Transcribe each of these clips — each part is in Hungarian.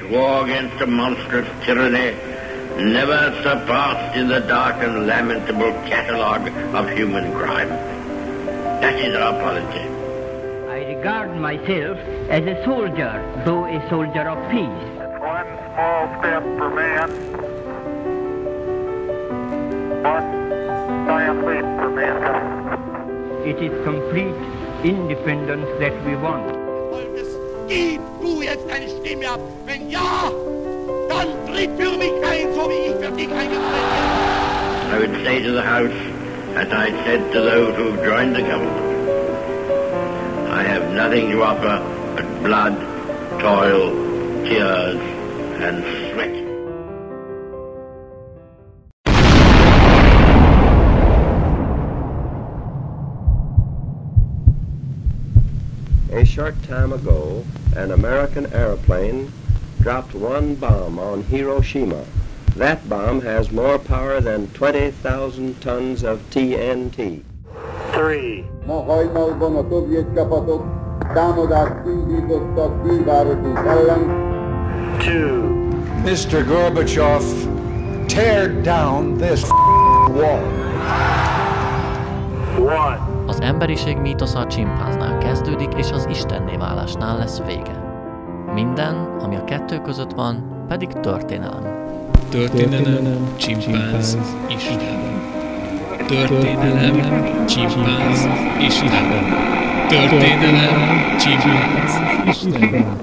war against a monstrous tyranny never surpassed in the dark and lamentable catalogue of human crime. That is our policy. I regard myself as a soldier, though a soldier of peace. It's one small step for man, one giant leap for mankind. It is complete independence that we want. Gib du jetzt deine Stimme ab. Wenn ja, dann tritt für mich ein, so wie ich für dich eingetreten bin. I would say to the House, as I said to those who joined the government, I have nothing to offer but blood, toil, tears, and sweat. A short time ago, an American airplane dropped one bomb on Hiroshima. That bomb has more power than 20,000 tons of TNT. 3. Ma hajnalban a szovjet csapatok támadást indítottak külvárosunk ellen. 2. Mr. Gorbachev, tear down this wall. 1. Az emberiség mítosza a csimpánznál kezdődik, és az istenné válásnál lesz vége. Minden, ami a kettő között van, pedig történelem. Történelem, csimpánz, Isten. Történelem, csimpánz, Isten. Történelem, csimpánz, Isten.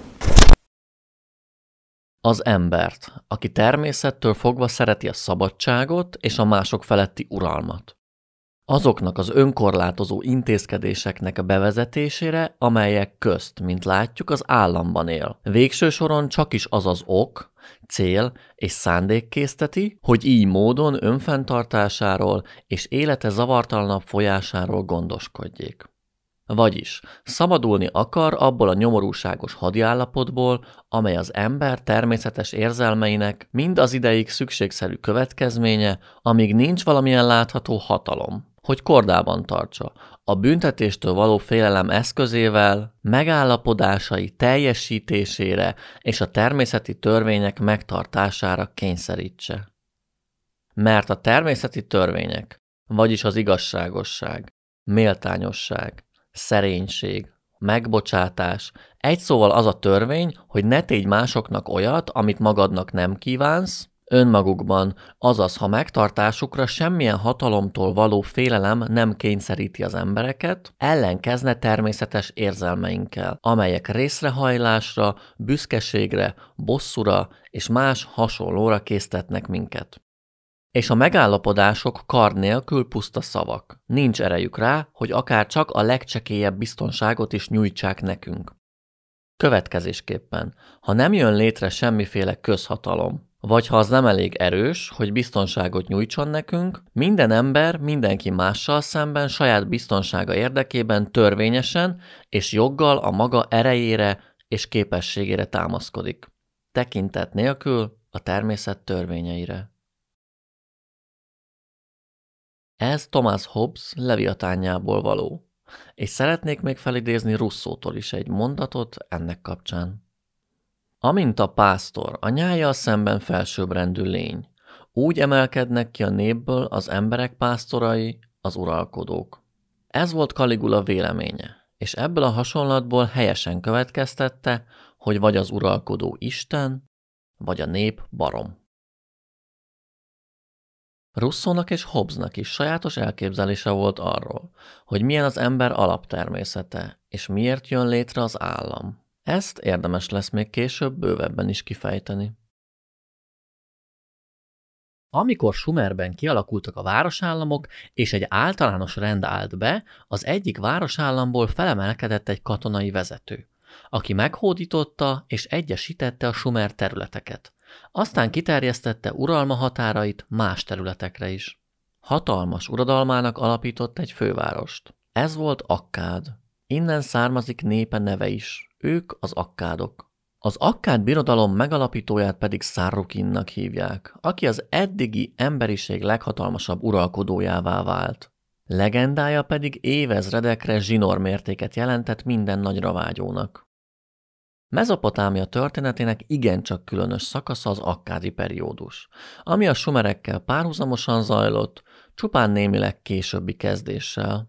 Az embert, aki természettől fogva szereti a szabadságot és a mások feletti uralmat. Azoknak az önkorlátozó intézkedéseknek a bevezetésére, amelyek közt, mint látjuk, az államban él. Végső soron csak is az az ok, cél és szándék készteti, hogy így módon önfenntartásáról és élete zavartalanabb folyásáról gondoskodjék. Vagyis szabadulni akar abból a nyomorúságos hadiállapotból, amely az ember természetes érzelmeinek mind az ideig szükségszerű következménye, amíg nincs valamilyen látható hatalom, hogy kordában tartsa, a büntetéstől való félelem eszközével, megállapodásai teljesítésére és a természeti törvények megtartására kényszerítse. Mert a természeti törvények, vagyis az igazságosság, méltányosság, szerénység, megbocsátás, egy szóval az a törvény, hogy ne tégy másoknak olyat, amit magadnak nem kívánsz, önmagukban, azaz ha megtartásukra semmilyen hatalomtól való félelem nem kényszeríti az embereket, ellenkezne természetes érzelmeinkkel, amelyek részrehajlásra, büszkeségre, bosszúra és más hasonlóra késztetnek minket. És a megállapodások kard nélkül puszta szavak. Nincs erejük rá, hogy akár csak a legcsekélyebb biztonságot is nyújtsák nekünk. Következésképpen, ha nem jön létre semmiféle közhatalom, vagy ha az nem elég erős, hogy biztonságot nyújtson nekünk, minden ember mindenki mással szemben saját biztonsága érdekében törvényesen és joggal a maga erejére és képességére támaszkodik. Tekintet nélkül a természet törvényeire. Ez Thomas Hobbes Leviatánjából való, és szeretnék még felidézni Rousseautól is egy mondatot ennek kapcsán. Amint a pásztor a nyájjal szemben felsőbbrendű lény, úgy emelkednek ki a népből az emberek pásztorai, az uralkodók. Ez volt Caligula véleménye, és ebből a hasonlatból helyesen következtette, hogy vagy az uralkodó Isten, vagy a nép barom. Rousseaunak és Hobbesnak is sajátos elképzelése volt arról, hogy milyen az ember alaptermészete, és miért jön létre az állam. Ezt érdemes lesz még később bővebben is kifejteni. Amikor Sumerben kialakultak a városállamok, és egy általános rend állt be, az egyik városállamból felemelkedett egy katonai vezető, aki meghódította és egyesítette a sumer területeket. Aztán kiterjesztette uralma határait más területekre is. Hatalmas uradalmának alapított egy fővárost. Ez volt Akkád. Innen származik népe neve is. Ők az akkádok. Az akkád birodalom megalapítóját pedig Szarrukinnak hívják, aki az eddigi emberiség leghatalmasabb uralkodójává vált. Legendája pedig évezredekre zsinórmértéket jelentett minden nagyra vágyónak. Mezopotámia történetének igencsak különös szakasza az akkádi periódus, ami a sumerekkel párhuzamosan zajlott, csupán némileg későbbi kezdéssel.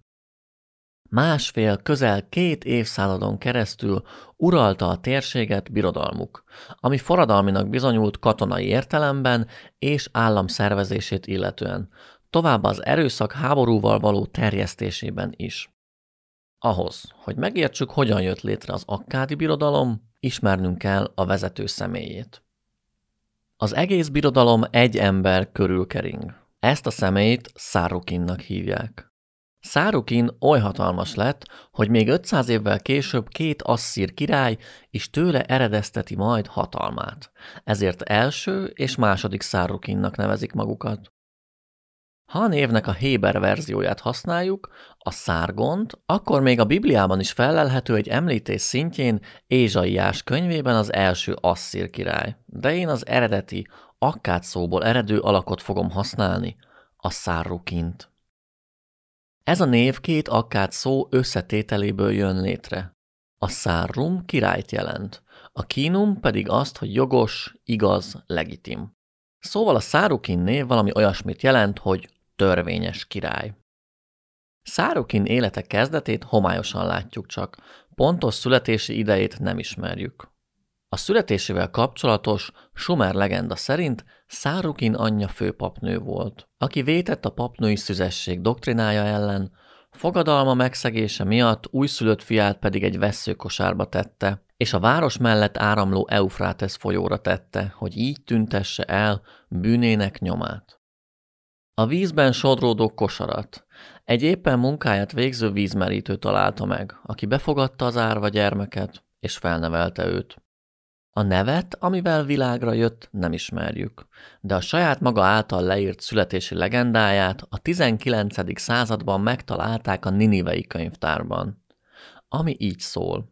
Közel 2 évszázadon keresztül uralta a térséget birodalmuk, ami forradalminak bizonyult katonai értelemben és állam szervezését illetően, továbbá az erőszak háborúval való terjesztésében is. Ahhoz, hogy megértsük, hogyan jött létre az akkádi birodalom, ismernünk kell a vezető személyét. Az egész birodalom egy ember körül kering. Ezt a személyt Szárrukinnak hívják. Szárrukin oly hatalmas lett, hogy még 500 évvel később 2 asszír király is tőle eredezteti majd hatalmát. Ezért első és második Szárrukinnak nevezik magukat. Ha a névnek a héber verzióját használjuk, a Szárgont, akkor még a Bibliában is fellelhető egy említés szintjén Ézsaiás könyvében az első asszír király, de én az eredeti, akkád szóból eredő alakot fogom használni, a Szárrukint. Ez a név 2 akkád szó összetételéből jön létre. A Szárrum királyt jelent, a Kínum pedig azt, hogy jogos, igaz, legitim. Szóval a Szárrukin név valami olyasmit jelent, hogy törvényes király. Szárrukin élete kezdetét homályosan látjuk csak, pontos születési idejét nem ismerjük. A születésével kapcsolatos sumer legenda szerint Szárrukin anyja főpapnő volt, aki vétett a papnői szüzesség doktrinája ellen, fogadalma megszegése miatt újszülött fiát pedig egy vesszőkosárba tette, és a város mellett áramló Eufrátesz folyóra tette, hogy így tüntesse el bűnének nyomát. A vízben sodródó kosarat egy éppen munkáját végző vízmerítő találta meg, aki befogadta az árva gyermeket, és felnevelte őt. A nevet, amivel világra jött, nem ismerjük, de a saját maga által leírt születési legendáját a 19. században megtalálták a ninivei könyvtárban, ami így szól.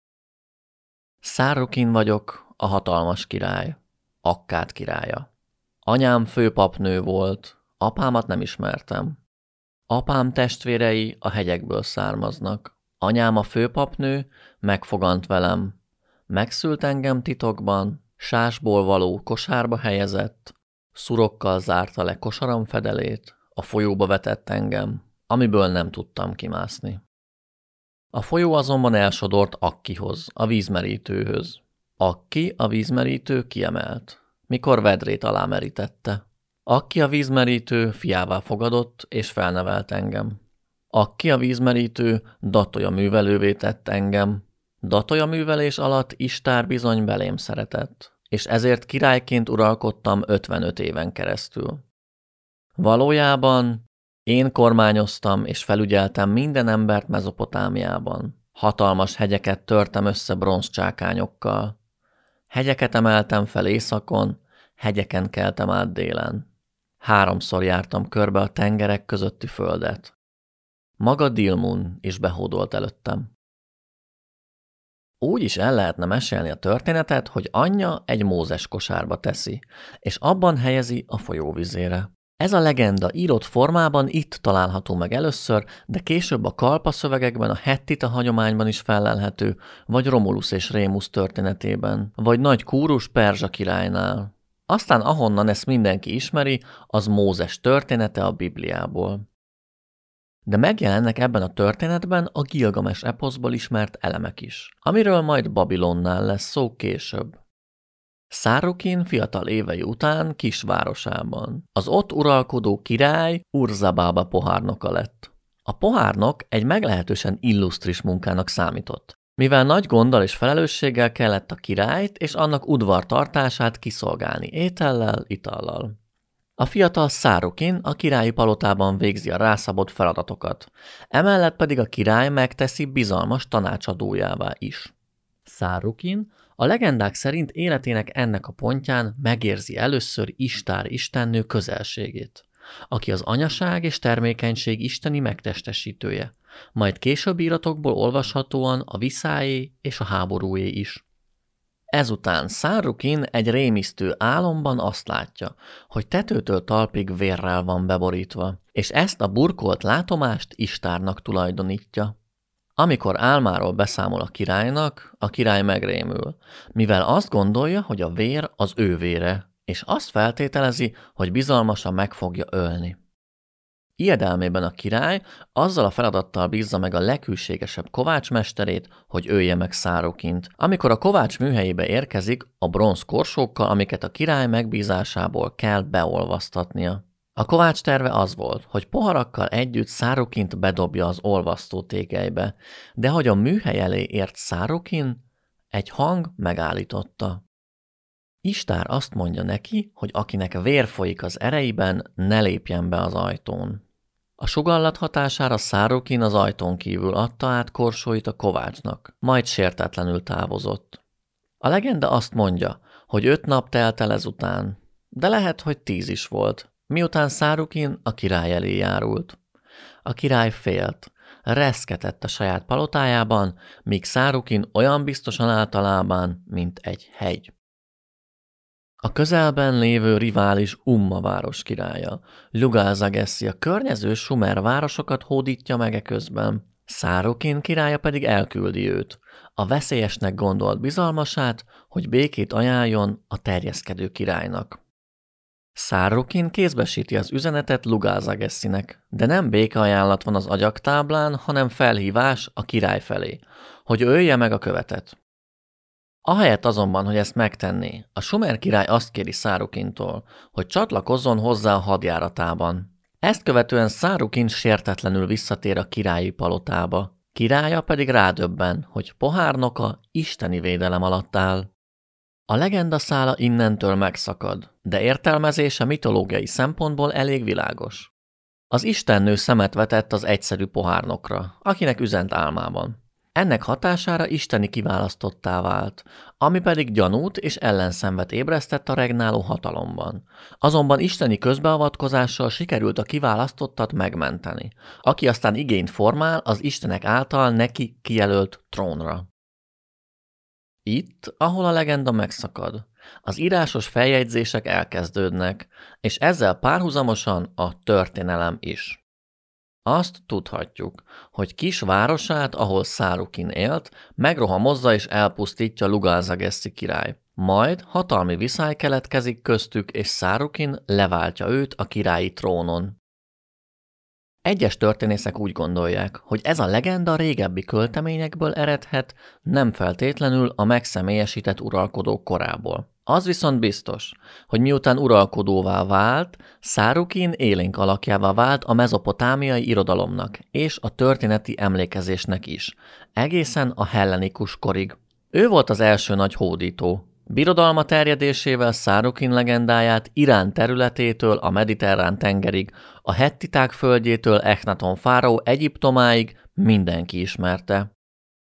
Szárrukin vagyok, a hatalmas király, Akkád királya. Anyám főpapnő volt, apámat nem ismertem. Apám testvérei a hegyekből származnak. Anyám a főpapnő, megfogant velem. Megszült engem titokban, sásból való kosárba helyezett, szurokkal zárta le kosaram fedelét, a folyóba vetett engem, amiből nem tudtam kimászni. A folyó azonban elsodort Akkihoz, a vízmerítőhöz. Akki, a vízmerítő kiemelt, mikor vedrét alá merítette. Akki, a vízmerítő fiává fogadott, és felnevelt engem. Akki, a vízmerítő datolya művelővé tett engem. Datolya művelés alatt Istár bizony belém szeretett, és ezért királyként uralkodtam 55 éven keresztül. Valójában én kormányoztam és felügyeltem minden embert Mezopotámiában. Hatalmas hegyeket törtem össze bronzcsákányokkal. Hegyeket emeltem fel északon, hegyeken keltem át délen. 3-szor jártam körbe a tengerek közötti földet. Maga Dilmun is behódolt előttem. Úgy is el lehetne mesélni a történetet, hogy anyja egy Mózes kosárba teszi, és abban helyezi a folyóvizére. Ez a legenda írott formában itt található meg először, de később a Kalpa szövegekben, a Hettita hagyományban is fellelhető, vagy Romulus és Rémusz történetében, vagy Nagy Kúrus perzsa királynál. Aztán ahonnan ezt mindenki ismeri, az Mózes története a Bibliából. De megjelennek ebben a történetben a Gilgames eposzból ismert elemek is, amiről majd Babilonnál lesz szó később. Szárrukin fiatal évei után kisvárosában. Az ott uralkodó király Urzabába pohárnoka lett. A pohárnok egy meglehetősen illusztris munkának számított, mivel nagy gonddal és felelősséggel kellett a királyt és annak udvartartását kiszolgálni étellel, itallal. A fiatal Szárrukin a királyi palotában végzi a rászabott feladatokat, emellett pedig a király megteszi bizalmas tanácsadójává is. Szárrukin a legendák szerint életének ennek a pontján megérzi először Istár istennő közelségét, aki az anyaság és termékenység isteni megtestesítője, majd későbbi iratokból olvashatóan a viszályé és a háborúé is. Ezután Szárrukin egy rémisztő álomban azt látja, hogy tetőtől talpig vérrel van beborítva, és ezt a burkolt látomást Istárnak tulajdonítja. Amikor álmáról beszámol a királynak, a király megrémül, mivel azt gondolja, hogy a vér az ő vére, és azt feltételezi, hogy bizalmasan meg fogja ölni. Ijedelmében a király azzal a feladattal bízza meg a leghűségesebb kovácsmesterét, hogy ölje meg Szárokint. Amikor a kovács műhelyébe érkezik, a bronz korsókkal, amiket a király megbízásából kell beolvasztatnia. A kovács terve az volt, hogy poharakkal együtt Szárokint bedobja az olvasztó tégelybe, de hogy a műhely elé ért Szárokin, egy hang megállította. Istár azt mondja neki, hogy akinek vér folyik az ereiben, ne lépjen be az ajtón. A sugallat hatására Szárokin az ajtón kívül adta át korsóit a kovácsnak, majd sértetlenül távozott. A legenda azt mondja, hogy 5 nap telt el ezután, de lehet, hogy 10 is volt, miután Szárokin a király elé járult. A király félt, reszketett a saját palotájában, míg Szárokin olyan biztosan állt a lábán, mint egy hegy. A közelben lévő rivális Umma város királya, Lugalzageszi a környező sumer városokat hódítja meg eközben. Szárokin királya pedig elküldi őt, a veszélyesnek gondolt bizalmasát, hogy békét ajánljon a terjeszkedő királynak. Szárokin kézbesíti az üzenetet Lugalzageszinek, de nem békeajánlat van az agyaktáblán, hanem felhívás a király felé, hogy ölje meg a követet. Ahelyett azonban, hogy ezt megtenné, a sumer király azt kéri Szárokintól, hogy csatlakozzon hozzá a hadjáratában. Ezt követően Szárokin sértetlenül visszatér a királyi palotába. Királya pedig rádöbben, hogy pohárnoka isteni védelem alatt áll. A legenda szála innentől megszakad, de értelmezése mitológiai szempontból elég világos. Az istennő szemet vetett az egyszerű pohárnokra, akinek üzent álmában. Ennek hatására isteni kiválasztottá vált, ami pedig gyanút és ellenszenvet ébresztett a regnáló hatalomban. Azonban isteni közbeavatkozással sikerült a kiválasztottat megmenteni, aki aztán igényt formál az istenek által neki kijelölt trónra. Itt, ahol a legenda megszakad, az írásos feljegyzések elkezdődnek, és ezzel párhuzamosan a történelem is. Azt tudhatjuk, hogy kis városát, ahol Szárokin élt, megrohamozza és elpusztítja Lugalzageszi király. Majd hatalmi viszály keletkezik köztük, és Szárokin leváltja őt a királyi trónon. Egyes történészek úgy gondolják, hogy ez a legenda régebbi költeményekből eredhet, nem feltétlenül a megszemélyesített uralkodó korából. Az viszont biztos, hogy miután uralkodóvá vált, Szárokin élénk alakjává vált a mezopotámiai irodalomnak és a történeti emlékezésnek is, egészen a hellenikus korig. Ő volt az első nagy hódító. Birodalma terjedésével Szárokin legendáját Irán területétől a mediterrán tengerig, a hettiták földjétől Echnaton fáraó Egyiptomáig mindenki ismerte.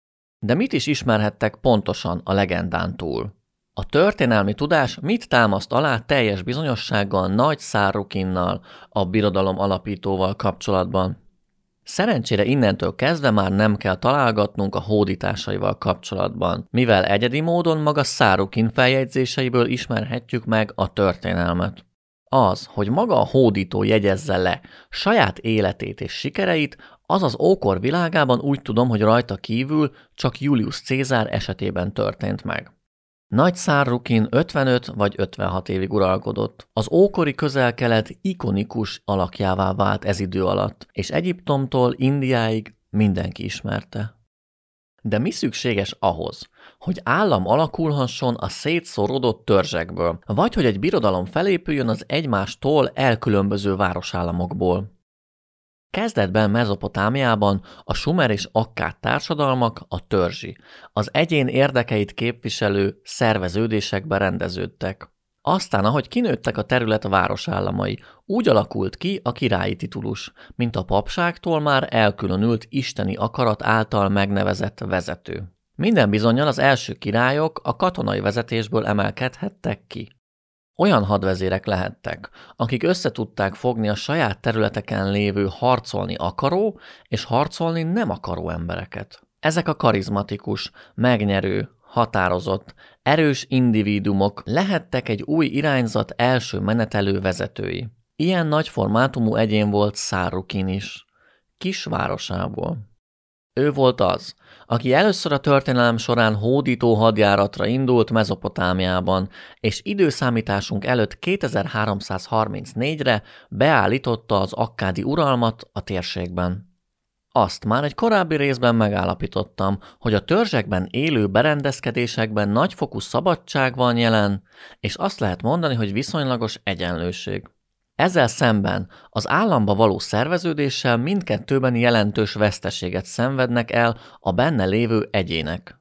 De mit is ismerhettek pontosan a legendán túl? A történelmi tudás mit támaszt alá teljes bizonyossággal Nagy Szárokinnal, a birodalom alapítóval kapcsolatban? Szerencsére innentől kezdve már nem kell találgatnunk a hódításaival kapcsolatban, mivel egyedi módon maga Szárokin feljegyzéseiből ismerhetjük meg a történelmet. Az, hogy maga a hódító jegyezze le saját életét és sikereit, az az ókor világában úgy tudom, hogy rajta kívül csak Julius Cézár esetében történt meg. Nagy Szárokin 55 vagy 56 évig uralkodott. Az ókori Közel-Kelet ikonikus alakjává vált ez idő alatt, és Egyiptomtól Indiáig mindenki ismerte. De mi szükséges ahhoz, hogy állam alakulhasson a szétszorodott törzsekből, vagy hogy egy birodalom felépüljön az egymástól elkülönböző városállamokból? Kezdetben Mezopotámiában a sumer és akkád társadalmak, a törzsi, az egyén érdekeit képviselő szerveződésekbe rendeződtek. Aztán, ahogy kinőttek a terület városállamai, úgy alakult ki a királyi titulus, mint a papságtól már elkülönült isteni akarat által megnevezett vezető. Minden bizonnyal az első királyok a katonai vezetésből emelkedhettek ki. Olyan hadvezérek lehettek, akik összetudták fogni a saját területeken lévő harcolni akaró és harcolni nem akaró embereket. Ezek a karizmatikus, megnyerő, határozott, erős individuumok lehettek egy új irányzat első menetelő vezetői. Ilyen nagy formátumú egyén volt Szárokin is, kis városából. Ő volt az, aki először a történelem során hódító hadjáratra indult Mezopotámiában, és időszámításunk előtt 2334-re beállította az akkádi uralmat a térségben. Azt már egy korábbi részben megállapítottam, hogy a törzsekben élő berendezkedésekben nagyfokú szabadság van jelen, és azt lehet mondani, hogy viszonylagos egyenlőség. Ezzel szemben az államba való szerveződéssel mindkettőben jelentős veszteséget szenvednek el a benne lévő egyének.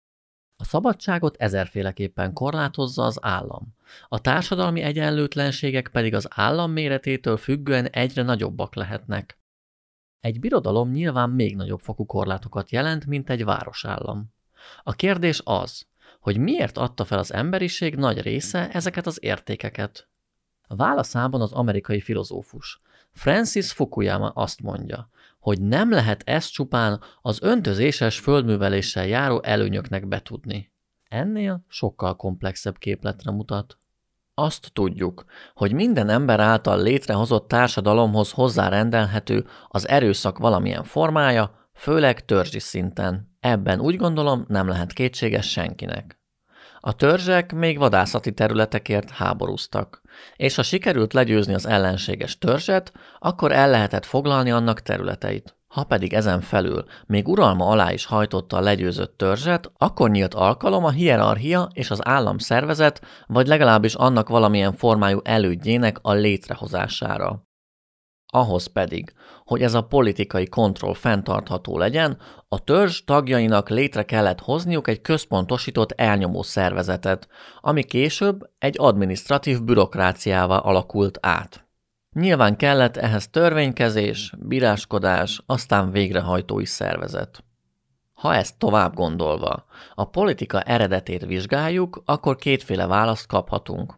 A szabadságot ezerféleképpen korlátozza az állam, a társadalmi egyenlőtlenségek pedig az állam méretétől függően egyre nagyobbak lehetnek. Egy birodalom nyilván még nagyobb fokú korlátokat jelent, mint egy városállam. A kérdés az, hogy miért adta fel az emberiség nagy része ezeket az értékeket. A válaszában az amerikai filozófus Francis Fukuyama azt mondja, hogy nem lehet ezt csupán az öntözéses földműveléssel járó előnyöknek betudni. Ennél sokkal komplexebb képletre mutat. Azt tudjuk, hogy minden ember által létrehozott társadalomhoz hozzárendelhető az erőszak valamilyen formája, főleg törzsi szinten. Ebben úgy gondolom nem lehet kétséges senkinek. A törzsek még vadászati területekért háborúztak, és ha sikerült legyőzni az ellenséges törzset, akkor el lehetett foglalni annak területeit. Ha pedig ezen felül még uralma alá is hajtotta a legyőzött törzset, akkor nyílt alkalom a hierarchia és az államszervezet, vagy legalábbis annak valamilyen formájú elődjének a létrehozására. Ahhoz pedig, hogy ez a politikai kontroll fenntartható legyen, a törzs tagjainak létre kellett hozniuk egy központosított elnyomó szervezetet, ami később egy adminisztratív bürokráciává alakult át. Nyilván kellett ehhez törvénykezés, bíráskodás, aztán végrehajtói szervezet. Ha ezt tovább gondolva a politika eredetét vizsgáljuk, akkor kétféle választ kaphatunk.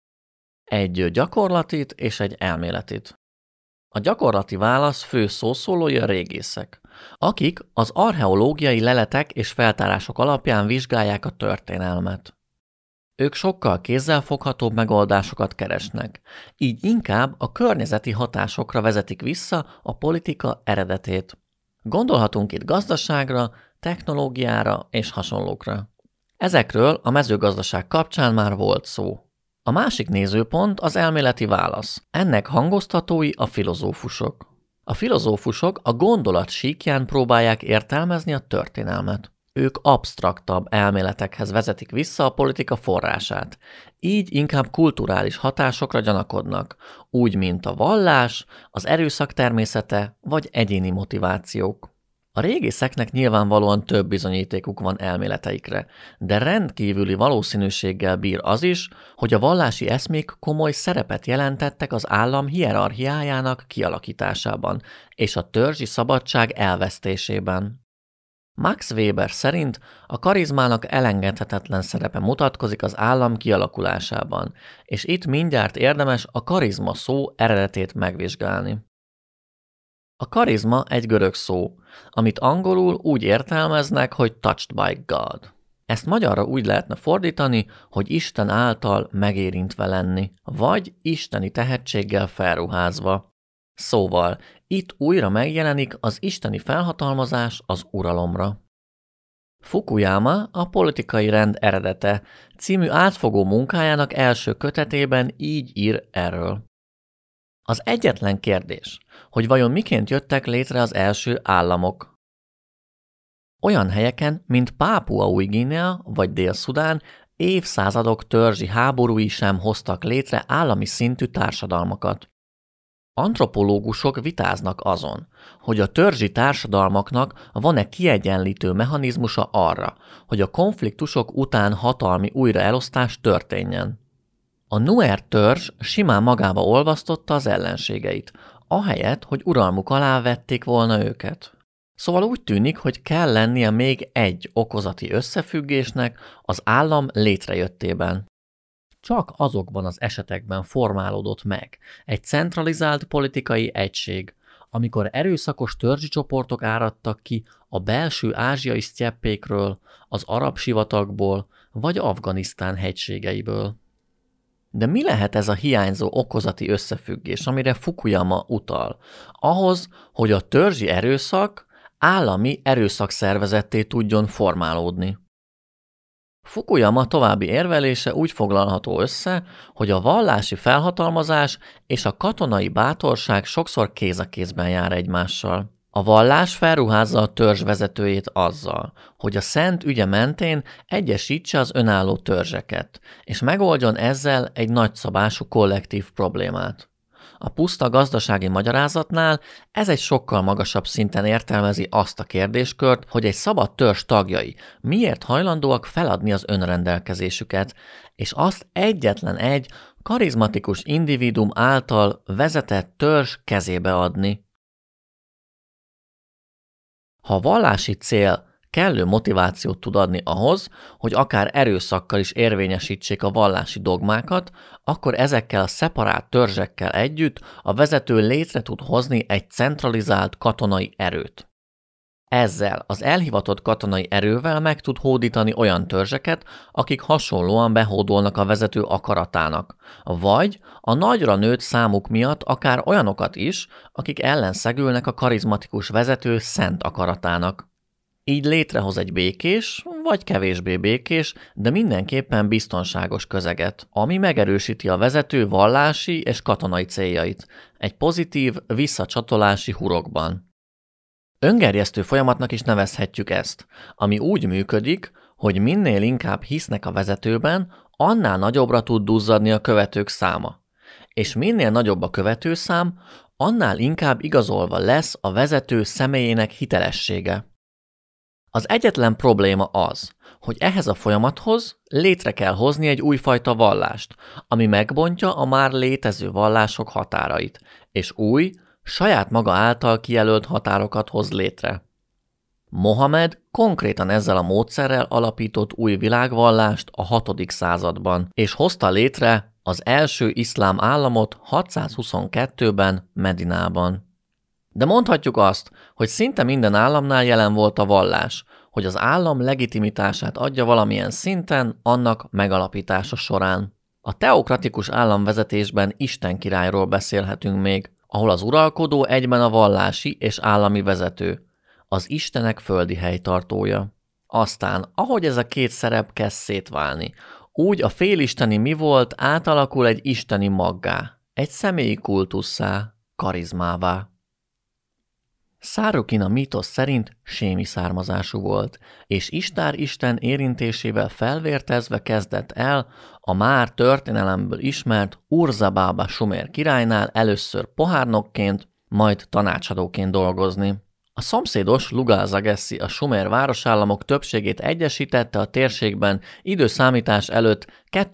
Egy gyakorlatit és egy elméletit. A gyakorlati válasz fő szószólói a régészek, akik az archeológiai leletek és feltárások alapján vizsgálják a történelmet. Ők sokkal kézzelfoghatóbb megoldásokat keresnek, így inkább a környezeti hatásokra vezetik vissza a politika eredetét. Gondolhatunk itt gazdaságra, technológiára és hasonlókra. Ezekről a mezőgazdaság kapcsán már volt szó. A másik nézőpont az elméleti válasz. Ennek hangoztatói a filozófusok. A filozófusok a gondolat síkján próbálják értelmezni a történelmet. Ők absztraktabb elméletekhez vezetik vissza a politika forrását, így inkább kulturális hatásokra gyanakodnak, úgy, mint a vallás, az erőszak természete vagy egyéni motivációk. A régészeknek nyilvánvalóan több bizonyítékuk van elméleteikre, de rendkívüli valószínűséggel bír az is, hogy a vallási eszmék komoly szerepet jelentettek az állam hierarchiájának kialakításában és a törzsi szabadság elvesztésében. Max Weber szerint a karizmának elengedhetetlen szerepe mutatkozik az állam kialakulásában, és itt mindjárt érdemes a karizma szó eredetét megvizsgálni. A karizma egy görög szó, amit angolul úgy értelmeznek, hogy touched by God. Ezt magyarra úgy lehetne fordítani, hogy Isten által megérintve lenni, vagy isteni tehetséggel felruházva. Szóval itt újra megjelenik az isteni felhatalmazás az uralomra. Fukuyama a Politikai rend eredete című átfogó munkájának első kötetében így ír erről. Az egyetlen kérdés, hogy vajon miként jöttek létre az első államok. Olyan helyeken, mint Pápua Új-Guinea vagy Dél-Szudán évszázadok törzsi háborúi sem hoztak létre állami szintű társadalmakat. Antropológusok vitáznak azon, hogy a törzsi társadalmaknak van-e kiegyenlítő mechanizmusa arra, hogy a konfliktusok után hatalmi újraelosztás történjen. A Nuer törzs simán magába olvasztotta az ellenségeit, ahelyett, hogy uralmuk alá vették volna őket. Szóval úgy tűnik, hogy kell lennie még egy okozati összefüggésnek az állam létrejöttében. Csak azokban az esetekben formálódott meg egy centralizált politikai egység, amikor erőszakos törzsi csoportok áradtak ki a belső ázsiai sztyeppékről, az arab sivatagból vagy Afganisztán hegységeiből. De mi lehet ez a hiányzó okozati összefüggés, amire Fukuyama utal? Ahhoz, hogy a törzsi erőszak állami erőszakszervezetté tudjon formálódni. Fukuyama további érvelése úgy foglalható össze, hogy a vallási felhatalmazás és a katonai bátorság sokszor kéz a kézben jár egymással. A vallás felruházza a törzs vezetőjét azzal, hogy a szent ügye mentén egyesítse az önálló törzseket, és megoldjon ezzel egy nagyszabású kollektív problémát. A puszta gazdasági magyarázatnál ez egy sokkal magasabb szinten értelmezi azt a kérdéskört, hogy egy szabad törzs tagjai miért hajlandóak feladni az önrendelkezésüket, és azt egyetlen egy karizmatikus individuum által vezetett törzs kezébe adni. Ha a vallási cél kellő motivációt tud adni ahhoz, hogy akár erőszakkal is érvényesítsék a vallási dogmákat, akkor ezekkel a szeparált törzsekkel együtt a vezető létre tud hozni egy centralizált katonai erőt. Ezzel az elhivatott katonai erővel meg tud hódítani olyan törzseket, akik hasonlóan behódolnak a vezető akaratának, vagy a nagyra nőtt számuk miatt akár olyanokat is, akik ellenszegülnek a karizmatikus vezető szent akaratának. Így létrehoz egy békés, vagy kevésbé békés, de mindenképpen biztonságos közeget, ami megerősíti a vezető vallási és katonai céljait, egy pozitív visszacsatolási hurokban. Öngerjesztő folyamatnak is nevezhetjük ezt, ami úgy működik, hogy minél inkább hisznek a vezetőben, annál nagyobbra tud duzzadni a követők száma. És minél nagyobb a követőszám, annál inkább igazolva lesz a vezető személyének hitelessége. Az egyetlen probléma az, hogy ehhez a folyamathoz létre kell hozni egy újfajta vallást, ami megbontja a már létező vallások határait, és új, saját maga által kijelölt határokat hoz létre. Mohamed konkrétan ezzel a módszerrel alapított új világvallást a 6. században, és hozta létre az első iszlám államot 622-ben Medinában. De mondhatjuk azt, hogy szinte minden államnál jelen volt a vallás, hogy az állam legitimitását adja valamilyen szinten annak megalapítása során. A teokratikus államvezetésben Isten királyról beszélhetünk még, ahol az uralkodó egyben a vallási és állami vezető, az istenek földi helytartója. Aztán, ahogy ez a két szerep kezd szétválni, úgy a félisteni mi volt átalakul egy isteni maggá, egy személyi kultusszá, karizmává. Szárukin a mítosz szerint sémi származású volt, és Istár isten érintésével felvértezve kezdett el a már történelemből ismert Ur-Zabába sumer királynál először pohárnokként, majd tanácsadóként dolgozni. A szomszédos Lugal-Zagessi a sumer városállamok többségét egyesítette a térségben időszámítás előtt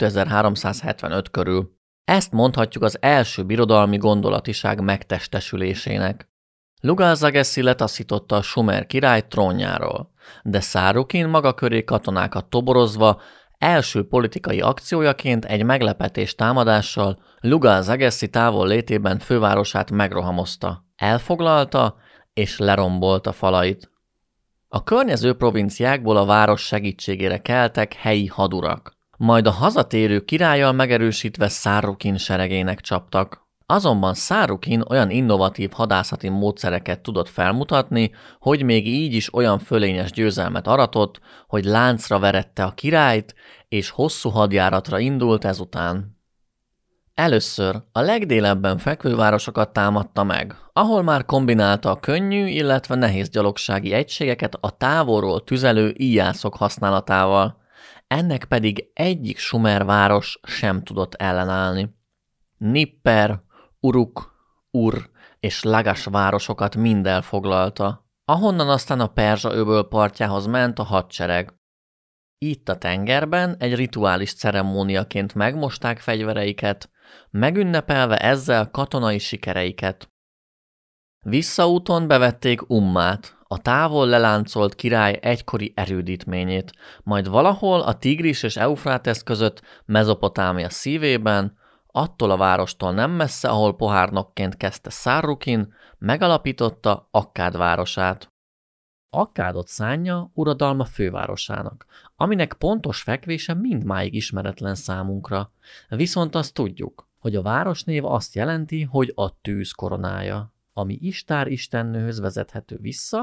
2375 körül. Ezt mondhatjuk az első birodalmi gondolatiság megtestesülésének. Lugal-Zagessi letaszította a sumer király trónjáról, de Szárukin maga köré katonákat toborozva első politikai akciójaként egy meglepetés támadással Lugal-Zagessi távol létében fővárosát megrohamozta, elfoglalta és lerombolta falait. A környező provinciákból a város segítségére keltek helyi hadurak, majd a hazatérő királlyal megerősítve Szárukin seregének csaptak. Azonban Szárukin olyan innovatív hadászati módszereket tudott felmutatni, hogy még így is olyan fölényes győzelmet aratott, hogy láncra verette a királyt, és hosszú hadjáratra indult ezután. Először a legdélebben fekvő városokat támadta meg, ahol már kombinálta a könnyű, illetve nehéz gyalogsági egységeket a távolról tüzelő íjászok használatával. Ennek pedig egyik sumer város sem tudott ellenállni. Nipper, Uruk, Ur és Lagash városokat mind elfoglalta, ahonnan aztán a Perzsa-öböl partjához ment a hadsereg. Itt a tengerben egy rituális ceremóniaként megmosták fegyvereiket, megünnepelve ezzel katonai sikereiket. Visszaúton bevették Ummát, a távol leláncolt király egykori erődítményét, majd valahol a Tigris és Eufrátesz között Mezopotámia szívében, attól a várostól nem messze, ahol pohárnokként kezdte Szárukin, megalapította Akkád városát. Akkádot szánja uradalma fővárosának, aminek pontos fekvése mindmáig ismeretlen számunkra. Viszont azt tudjuk, hogy a városnév azt jelenti, hogy a tűz koronája, ami Istár istennőhöz vezethető vissza,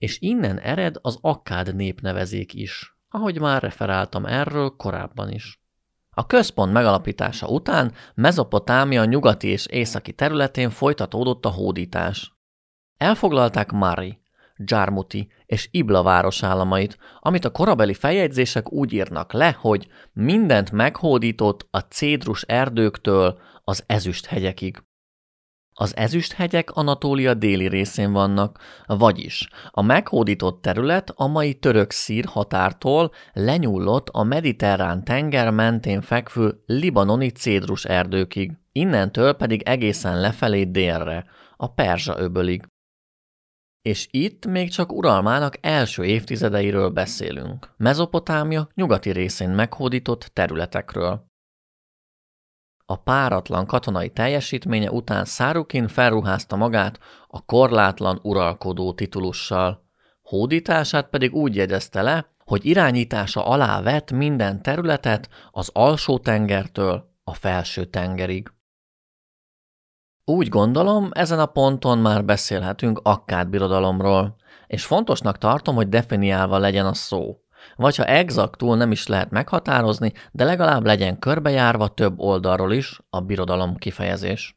és innen ered az akkád népnevezék is, ahogy már referáltam erről korábban is. A központ megalapítása után Mezopotámia nyugati és északi területén folytatódott a hódítás. Elfoglalták Mari, Dzsármuti és Ibla városállamait, amit a korabeli feljegyzések úgy írnak le, hogy mindent meghódított a cédrus erdőktől az ezüsthegyekig. Az ezüsthegyek Anatólia déli részén vannak, vagyis a meghódított terület a mai török-szír határtól lenyúlott a mediterrán tenger mentén fekvő libanoni cédrus erdőkig, innentől pedig egészen lefelé délre, a Perzsa-öbölig. És itt még csak uralmának első évtizedeiről beszélünk, Mezopotámia nyugati részén meghódított területekről. A páratlan katonai teljesítménye után Szárukin felruházta magát a korlátlan uralkodó titulussal, hódítását pedig úgy jegyezte le, hogy irányítása alá vett minden területet az alsó-tengertől a felső-tengerig. Úgy gondolom, ezen a ponton már beszélhetünk Akkád birodalomról, és fontosnak tartom, hogy definiálva legyen a szó. Vagy ha exaktul nem is lehet meghatározni, de legalább legyen körbejárva több oldalról is a birodalom kifejezés.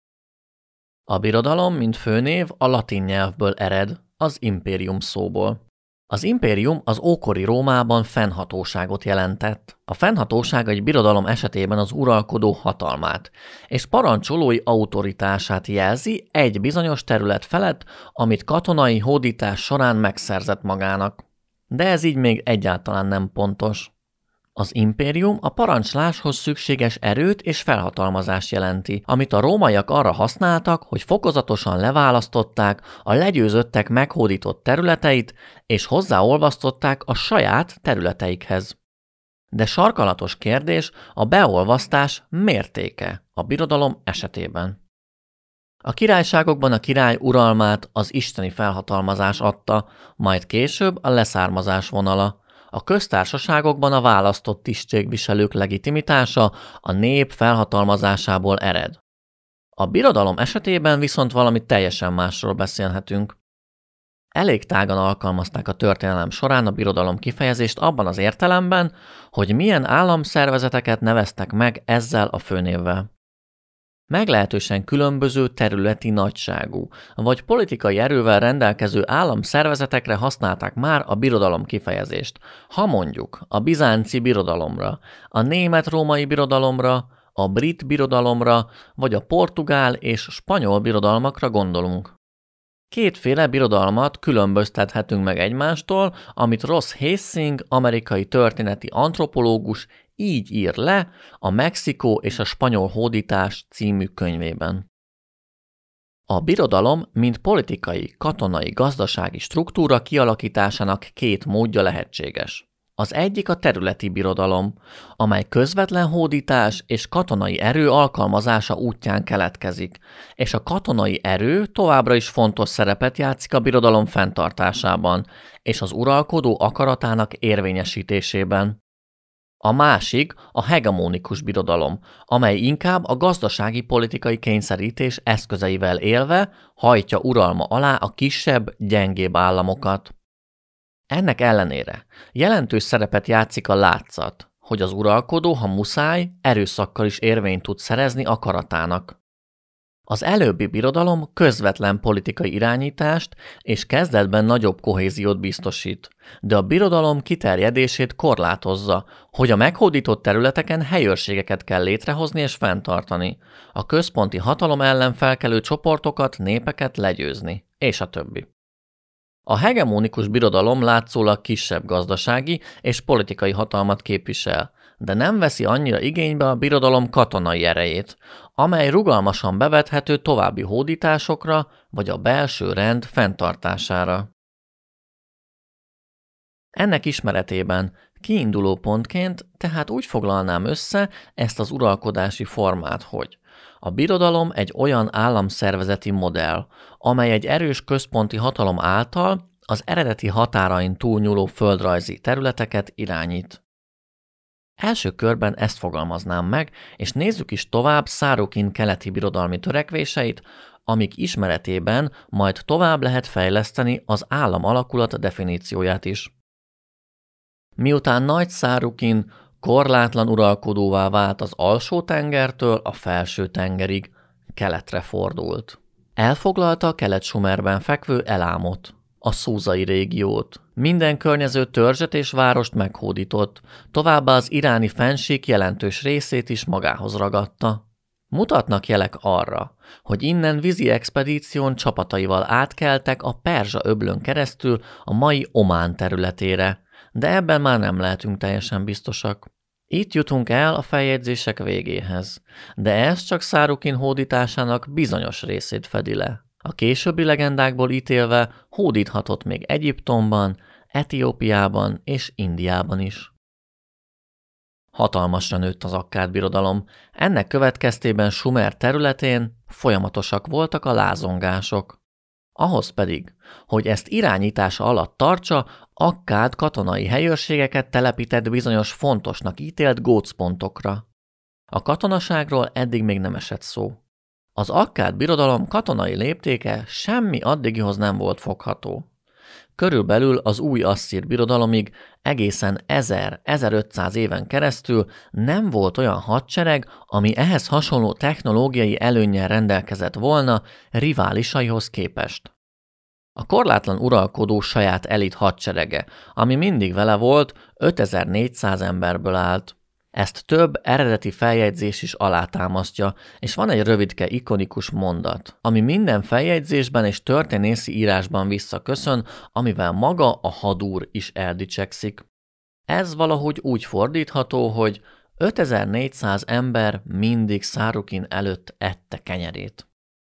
A birodalom, mint főnév, a latin nyelvből ered, az impérium szóból. Az impérium az ókori Rómában fennhatóságot jelentett. A fennhatóság egy birodalom esetében az uralkodó hatalmát, és parancsolói autoritását jelzi egy bizonyos terület felett, amit katonai hódítás során megszerzett magának. De ez így még egyáltalán nem pontos. Az impérium a parancsláshoz szükséges erőt és felhatalmazást jelenti, amit a rómaiak arra használtak, hogy fokozatosan leválasztották a legyőzöttek meghódított területeit, és hozzáolvasztották a saját területeikhez. De sarkalatos kérdés a beolvasztás mértéke a birodalom esetében. A királyságokban a király uralmát az isteni felhatalmazás adta, majd később a leszármazás vonala. A köztársaságokban a választott tisztségviselők legitimitása a nép felhatalmazásából ered. A birodalom esetében viszont valami teljesen másról beszélhetünk. Elég tágan alkalmazták a történelem során a birodalom kifejezést abban az értelemben, hogy milyen államszervezeteket neveztek meg ezzel a főnévvel. Meglehetősen különböző területi nagyságú, vagy politikai erővel rendelkező államszervezetekre használták már a birodalom kifejezést, ha mondjuk a bizánci birodalomra, a német-római birodalomra, a brit birodalomra, vagy a portugál és spanyol birodalmakra gondolunk. Kétféle birodalmat különböztethetünk meg egymástól, amit Ross Hastings, amerikai történeti antropológus így ír le a Mexikó és a spanyol hódítás című könyvében. A birodalom, mint politikai, katonai, gazdasági struktúra kialakításának két módja lehetséges. Az egyik a területi birodalom, amely közvetlen hódítás és katonai erő alkalmazása útján keletkezik, és a katonai erő továbbra is fontos szerepet játszik a birodalom fenntartásában és az uralkodó akaratának érvényesítésében. A másik a hegemonikus birodalom, amely inkább a gazdasági politikai kényszerítés eszközeivel élve hajtja uralma alá a kisebb, gyengébb államokat. Ennek ellenére jelentős szerepet játszik a látszat, hogy az uralkodó, ha muszáj, erőszakkal is érvényt tud szerezni akaratának. Az előbbi birodalom közvetlen politikai irányítást és kezdetben nagyobb kohéziót biztosít, de a birodalom kiterjedését korlátozza, hogy a meghódított területeken helyőrségeket kell létrehozni és fenntartani, a központi hatalom ellen felkelő csoportokat, népeket legyőzni, és a többi. A hegemonikus birodalom látszólag kisebb gazdasági és politikai hatalmat képvisel, de nem veszi annyira igénybe a birodalom katonai erejét, amely rugalmasan bevethető további hódításokra vagy a belső rend fenntartására. Ennek ismeretében kiinduló pontként tehát úgy foglalnám össze ezt az uralkodási formát, hogy a birodalom egy olyan államszervezeti modell, amely egy erős központi hatalom által az eredeti határain túlnyúló földrajzi területeket irányít. Első körben ezt fogalmaznám meg, és nézzük is tovább Szárukin keleti birodalmi törekvéseit, amik ismeretében majd tovább lehet fejleszteni az állam alakulat definícióját is. Miután Nagy Szárukin korlátlan uralkodóvá vált az Alsó-tengertől a Felső-tengerig, keletre fordult. Elfoglalta a Kelet-Sumerben fekvő Elámot, a szúzai régiót. Minden környező törzset és várost meghódított, továbbá az iráni fennsík jelentős részét is magához ragadta. Mutatnak jelek arra, hogy innen vízi expedíción csapataival átkeltek a Perzsa-öblön keresztül a mai Omán területére, de ebben már nem lehetünk teljesen biztosak. Itt jutunk el a feljegyzések végéhez, de ez csak Szárukin hódításának bizonyos részét fedi le. A későbbi legendákból ítélve hódíthatott még Egyiptomban, Etiópiában és Indiában is. Hatalmasra nőtt az Akkád birodalom, ennek következtében Sumer területén folyamatosak voltak a lázongások. Ahhoz pedig, hogy ezt irányítása alatt tartsa, Akkád katonai helyőrségeket telepített bizonyos fontosnak ítélt gócpontokra. A katonaságról eddig még nem esett szó. Az Akkád birodalom katonai léptéke semmi addigihoz nem volt fogható. Körülbelül az új asszír birodalomig egészen 1000-1500 éven keresztül nem volt olyan hadsereg, ami ehhez hasonló technológiai előnnyel rendelkezett volna riválisaihoz képest. A korlátlan uralkodó saját elit hadserege, ami mindig vele volt, 5400 emberből állt. Ezt több eredeti feljegyzés is alátámasztja, és van egy rövidke ikonikus mondat, ami minden feljegyzésben és történészi írásban visszaköszön, amivel maga a hadúr is eldicsekszik. Ez valahogy úgy fordítható, hogy 5400 ember mindig Szárukin előtt ette kenyerét.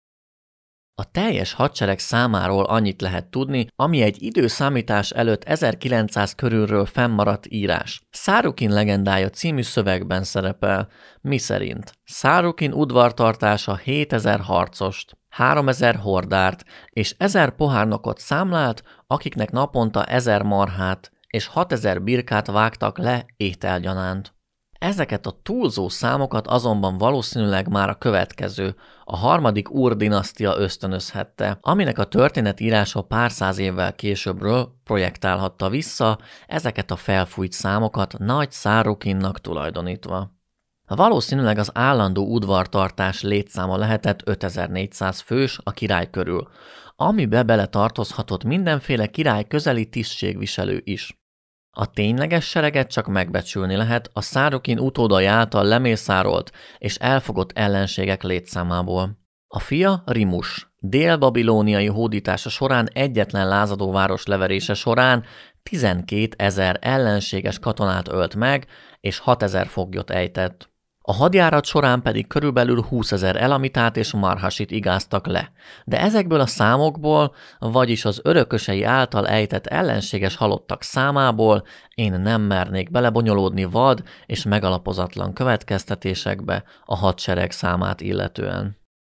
A teljes hadsereg számáról annyit lehet tudni, ami egy időszámítás előtt 1900 körülről fennmaradt írás. Szárukin legendája című szövegben szerepel, miszerint Szárukin udvartartása 7000 harcost, 3000 hordárt és 1000 pohárnokot számlált, akiknek naponta 1000 marhát és 6000 birkát vágtak le ételgyanánt. Ezeket a túlzó számokat azonban valószínűleg már a következő, a harmadik Ur-dinasztia ösztönözhette, aminek a történetírása pár száz évvel későbbről projektálhatta vissza ezeket a felfújt számokat Nagy Szárukinnak tulajdonítva. Valószínűleg az állandó udvartartás létszáma lehetett 5400 fős a király körül, amibe beletartozhatott mindenféle király közeli tisztségviselő is. A tényleges sereget csak megbecsülni lehet a Szárukin utódai által lemészárolt és elfogott ellenségek létszámából. A fia Rimus dél-babilóniai hódítása során egyetlen lázadó város leverése során 12 000 ellenséges katonát ölt meg és 6000 foglyot ejtett. A hadjárat során pedig körülbelül 20 000 elamitát és marhasit igáztak le, de ezekből a számokból, vagyis az örökösei által ejtett ellenséges halottak számából én nem mernék belebonyolódni vad és megalapozatlan következtetésekbe a hadsereg számát illetően.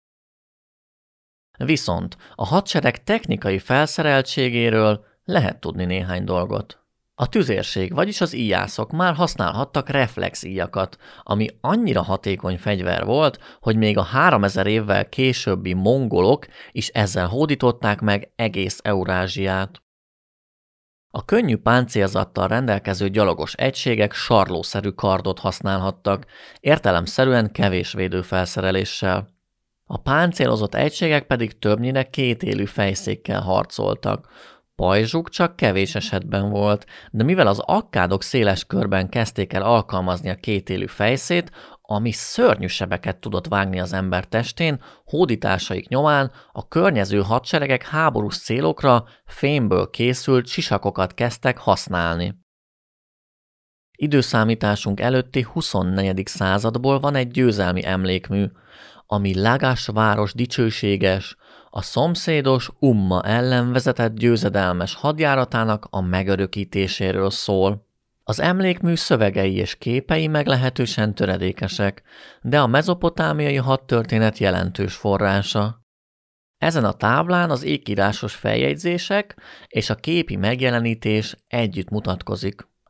Viszont a hadsereg technikai felszereltségéről lehet tudni néhány dolgot. A tüzérség, vagyis az íjászok már használhattak reflexíjakat, ami annyira hatékony fegyver volt, hogy még a 3000 évvel későbbi mongolok is ezzel hódították meg egész Eurázsiát. A könnyű páncélzattal rendelkező gyalogos egységek sarlószerű kardot használhattak, értelemszerűen kevés védőfelszereléssel. A páncélozott egységek pedig többnyire kétélű fejszékkel harcoltak. Pajzsuk csak kevés esetben volt, de mivel az akkádok széles körben kezdték el alkalmazni a kétélű fejszét, ami szörnyű sebeket tudott vágni az ember testén, hódításaik nyomán a környező hadseregek háborús célokra fémből készült sisakokat kezdtek használni. Időszámításunk előtti 24. századból van egy győzelmi emlékmű, ami Lagash város dicsőséges, a szomszédos Umma ellen vezetett győzedelmes hadjáratának a megörökítéséről szól. Az emlékmű szövegei és képei meglehetősen töredékesek, de a mezopotámiai hadtörténet jelentős forrása. Ezen a táblán az ékírásos feljegyzések és a képi megjelenítés együtt mutatkozik.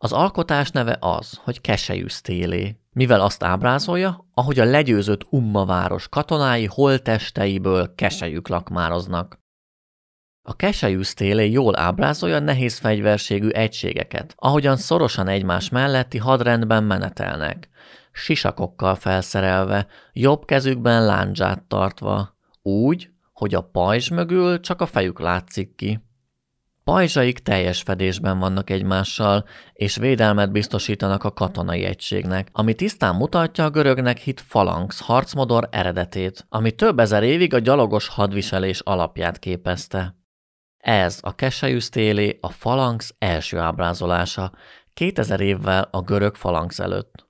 Az alkotás neve az, hogy Keselyű-Stélé, mivel azt ábrázolja, ahogy a legyőzött Umma város katonái holttesteiből keselyük lakmároznak. A Keselyű-Stélé jól ábrázolja nehéz fegyverségű egységeket, ahogyan szorosan egymás melletti hadrendben menetelnek, sisakokkal felszerelve, jobb kezükben lándzsát tartva, úgy, hogy a pajzs mögül csak a fejük látszik ki. Pajzsaik teljes fedésben vannak egymással, és védelmet biztosítanak a katonai egységnek, ami tisztán mutatja a görögnek hitt falanx harcmodor eredetét, ami több ezer évig a gyalogos hadviselés alapját képezte. Ez a Keselyű-Stélé a falanx első ábrázolása, 2000 évvel a görög falanx előtt.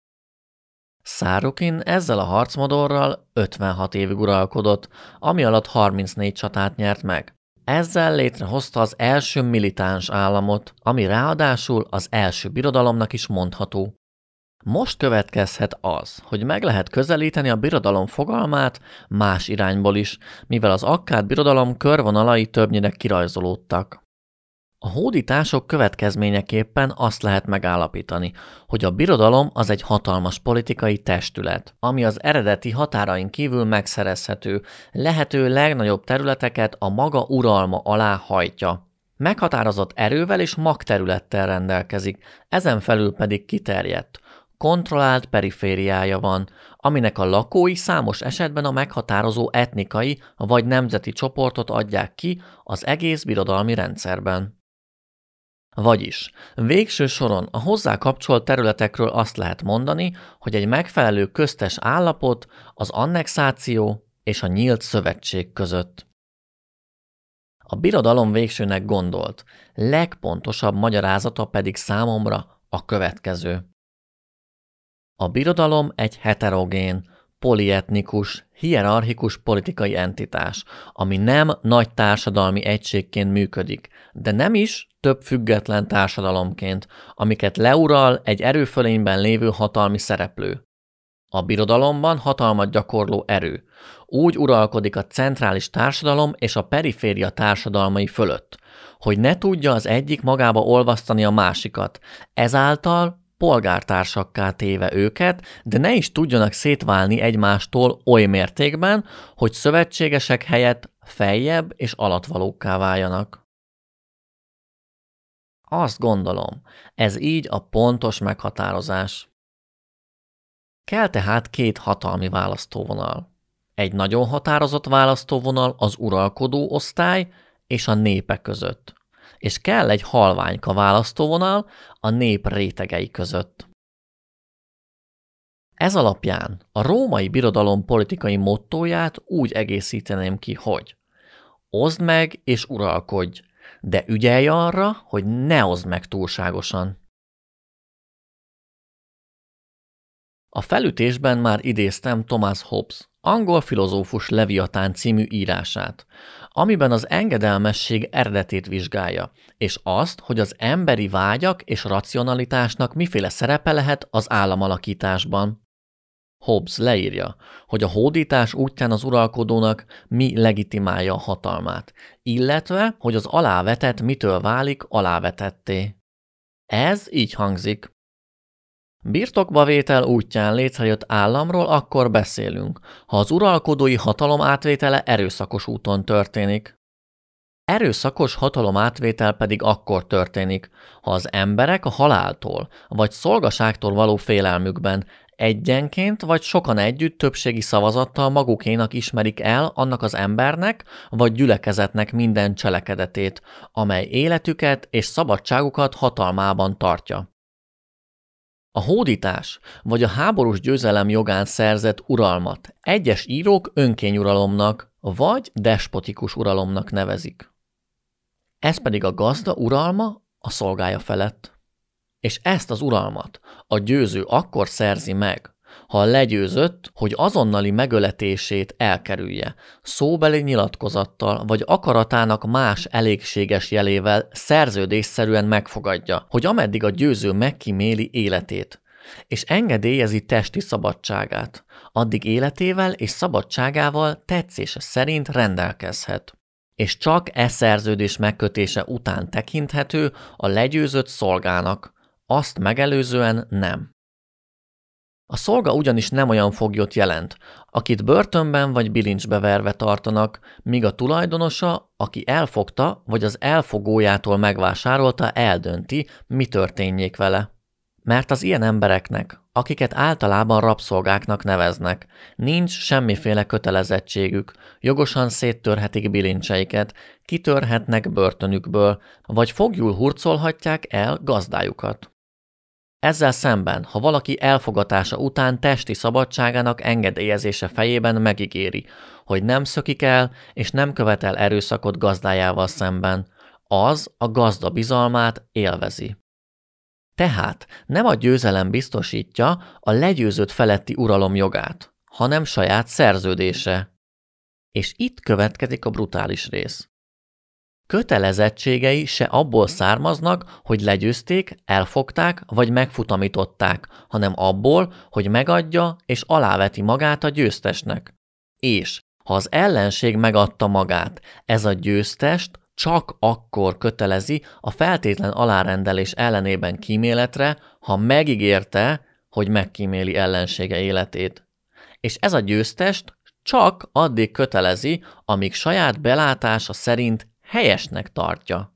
Szárukin ezzel a harcmodorral 56 évig uralkodott, ami alatt 34 csatát nyert meg. Ezzel létrehozta az első militáns államot, ami ráadásul az első birodalomnak is mondható. Most következhet az, hogy meg lehet közelíteni a birodalom fogalmát más irányból is, mivel az akkád birodalom körvonalai többnyire kirajzolódtak. A hódítások következményeképpen azt lehet megállapítani, hogy a birodalom az egy hatalmas politikai testület, ami az eredeti határain kívül megszerezhető, lehető legnagyobb területeket a maga uralma alá hajtja. Meghatározott erővel és magterülettel rendelkezik, ezen felül pedig kiterjedt, kontrollált perifériája van, aminek a lakói számos esetben a meghatározó etnikai vagy nemzeti csoportot adják ki az egész birodalmi rendszerben. Vagyis, végső soron a hozzá kapcsolt területekről azt lehet mondani, hogy egy megfelelő köztes állapot az annexáció és a nyílt szövetség között. A birodalom végsőnek gondolt, legpontosabb magyarázata pedig számomra a következő. A birodalom egy heterogén, polietnikus, hierarchikus politikai entitás, ami nem nagy társadalmi egységként működik, de nem is több független társadalomként, amiket leural egy erőfölényben lévő hatalmi szereplő. A birodalomban hatalmat gyakorló erő. Úgy uralkodik a centrális társadalom és a periféria társadalmai fölött, hogy ne tudja az egyik magába olvasztani a másikat, ezáltal polgártársakká téve őket, de ne is tudjanak szétválni egymástól oly mértékben, hogy szövetségesek helyett feljebb és alattvalókká váljanak. Azt gondolom, ez így a pontos meghatározás. Kell tehát két hatalmi választóvonal. Egy nagyon határozott választóvonal az uralkodó osztály és a népe között. És kell egy halványka választóvonal a nép rétegei között. Ez alapján a római birodalom politikai mottóját úgy egészíteném ki, hogy oszd meg és uralkodj, de ügyelj arra, hogy ne oszd meg túlságosan. A felütésben már idéztem Thomas Hobbes, angol filozófus Leviatán című írását, amiben az engedelmesség eredetét vizsgálja, és azt, hogy az emberi vágyak és racionalitásnak miféle szerepe lehet az államalakításban. Hobbes leírja, hogy a hódítás útján az uralkodónak mi legitimálja a hatalmát, illetve, hogy az alávetett mitől válik alávetetté. Ez így hangzik. Birtokba vétel útján létrejött államról akkor beszélünk, ha az uralkodói hatalom átvétele erőszakos úton történik. Erőszakos hatalomátvétel pedig akkor történik, ha az emberek a haláltól vagy szolgaságtól való félelmükben egyenként vagy sokan együtt többségi szavazattal magukénak ismerik el annak az embernek vagy gyülekezetnek minden cselekedetét, amely életüket és szabadságukat hatalmában tartja. A hódítás vagy a háborús győzelem jogán szerzett uralmat egyes írók önkényuralomnak vagy despotikus uralomnak nevezik. Ez pedig a gazda uralma a szolgája felett. És ezt az uralmat a győző akkor szerzi meg, ha a legyőzött, hogy azonnali megöletését elkerülje, szóbeli nyilatkozattal vagy akaratának más elégséges jelével szerződésszerűen megfogadja, hogy ameddig a győző megkíméli életét, és engedélyezi testi szabadságát, addig életével és szabadságával tetszése szerint rendelkezhet. És csak e szerződés megkötése után tekinthető a legyőzött szolgának, azt megelőzően nem. A szolga ugyanis nem olyan foglyot jelent, akit börtönben vagy bilincsbe verve tartanak, míg a tulajdonosa, aki elfogta vagy az elfogójától megvásárolta, eldönti, mi történjék vele. Mert az ilyen embereknek, akiket általában rabszolgáknak neveznek, nincs semmiféle kötelezettségük, jogosan széttörhetik bilincseiket, kitörhetnek börtönükből, vagy foglyul hurcolhatják el gazdájukat. Ezzel szemben, ha valaki elfogatása után testi szabadságának engedélyezése fejében megígéri, hogy nem szökik el és nem követel erőszakot gazdájával szemben, az a gazda bizalmát élvezi. Tehát nem a győzelem biztosítja a legyőzött feletti uralom jogát, hanem saját szerződése. És itt következik a brutális rész. Kötelezettségei se abból származnak, hogy legyőzték, elfogták vagy megfutamították, hanem abból, hogy megadja és aláveti magát a győztesnek. És ha az ellenség megadta magát, ez a győztest csak akkor kötelezi a feltétlen alárendelés ellenében kíméletre, ha megígérte, hogy megkíméli ellensége életét. És ez a győztest csak addig kötelezi, amíg saját belátása szerint helyesnek tartja.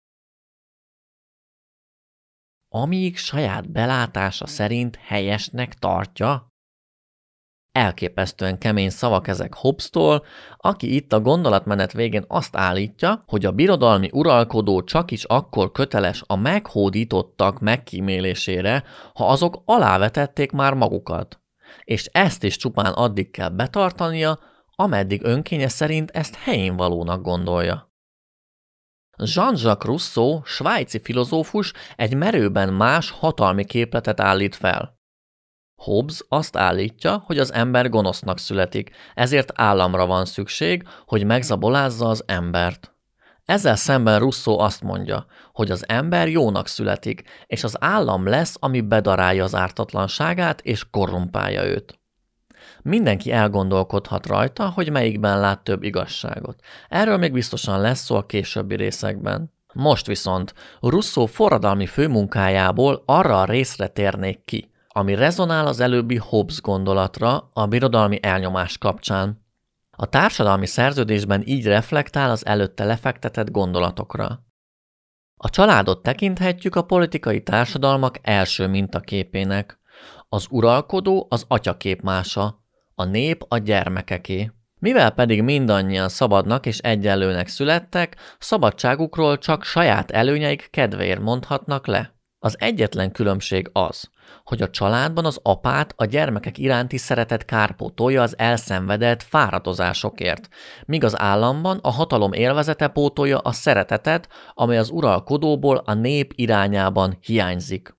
Amíg saját belátása szerint helyesnek tartja? Elképesztően kemény szavak ezek Hobbestól, aki itt a gondolatmenet végén azt állítja, hogy a birodalmi uralkodó csak is akkor köteles a meghódítottak megkímélésére, ha azok alávetették már magukat. És ezt is csupán addig kell betartania, ameddig önkénye szerint ezt helyénvalónak gondolja. Jean-Jacques Rousseau, svájci filozófus egy merőben más hatalmi képletet állít fel. Hobbes azt állítja, hogy az ember gonosznak születik, ezért államra van szükség, hogy megzabolázza az embert. Ezzel szemben Rousseau azt mondja, hogy az ember jónak születik, és az állam lesz, ami bedarálja az ártatlanságát és korrumpálja őt. Mindenki elgondolkodhat rajta, hogy melyikben lát több igazságot. Erről még biztosan lesz szó a későbbi részekben. Most viszont Rousseau forradalmi főmunkájából arra a részre térnék ki, ami rezonál az előbbi Hobbes gondolatra a birodalmi elnyomás kapcsán. A társadalmi szerződésben így reflektál az előtte lefektetett gondolatokra. A családot tekinthetjük a politikai társadalmak első mintaképének. Az uralkodó az atyaképmása, a nép a gyermekeké. Mivel pedig mindannyian szabadnak és egyenlőnek születtek, szabadságukról csak saját előnyeik kedvéért mondhatnak le. Az egyetlen különbség az, hogy a családban az apát a gyermekek iránti szeretet kárpótolja az elszenvedett fáradozásokért, míg az államban a hatalom élvezete pótolja a szeretetet, amely az uralkodóból a nép irányában hiányzik.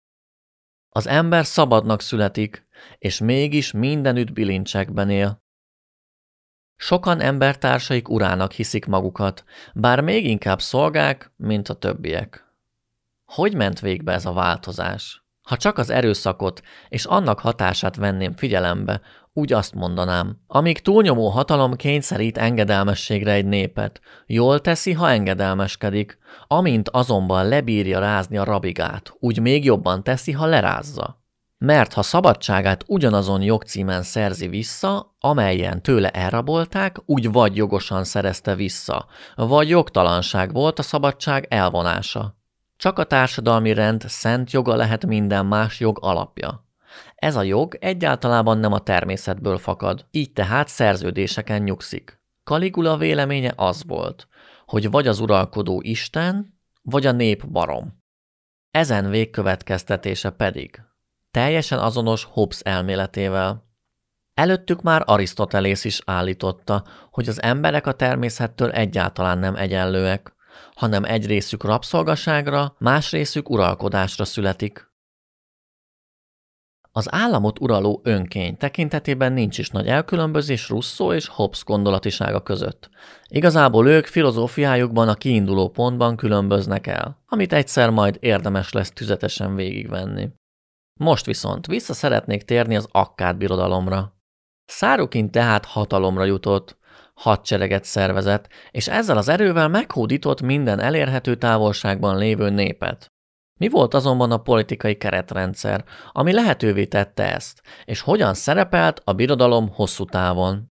Az ember szabadnak születik, és mégis mindenütt bilincsekben él. Sokan embertársaik urának hiszik magukat, bár még inkább szolgák, mint a többiek. Hogy ment végbe ez a változás? Ha csak az erőszakot és annak hatását venném figyelembe, úgy azt mondanám, amíg túlnyomó hatalom kényszerít engedelmességre egy népet, jól teszi, ha engedelmeskedik, amint azonban lebírja rázni a rabigát, úgy még jobban teszi, ha lerázza. Mert ha szabadságát ugyanazon jogcímen szerzi vissza, amelyen tőle elrabolták, úgy vagy jogosan szerezte vissza, vagy jogtalanság volt a szabadság elvonása. Csak a társadalmi rend szent joga lehet minden más jog alapja. Ez a jog egyáltalában nem a természetből fakad, így tehát szerződéseken nyugszik. Caligula véleménye az volt, hogy vagy az uralkodó Isten, vagy a nép barom. Ezen végkövetkeztetése pedig teljesen azonos Hobbes elméletével. Előttük már Arisztotelész is állította, hogy az emberek a természettől egyáltalán nem egyenlőek, hanem egy részük rabszolgaságra, más részük uralkodásra születik. Az államot uraló önkény tekintetében nincs is nagy elkülönbözés Rousseau és Hobbes gondolatisága között. Igazából ők filozófiájukban a kiinduló pontban különböznek el, amit egyszer majd érdemes lesz tüzetesen végigvenni. Most viszont vissza szeretnék térni az Akkád birodalomra. Szárukin tehát hatalomra jutott, hadsereget szervezett, és ezzel az erővel meghódított minden elérhető távolságban lévő népet. Mi volt azonban a politikai keretrendszer, ami lehetővé tette ezt, és hogyan szerepelt a birodalom hosszú távon?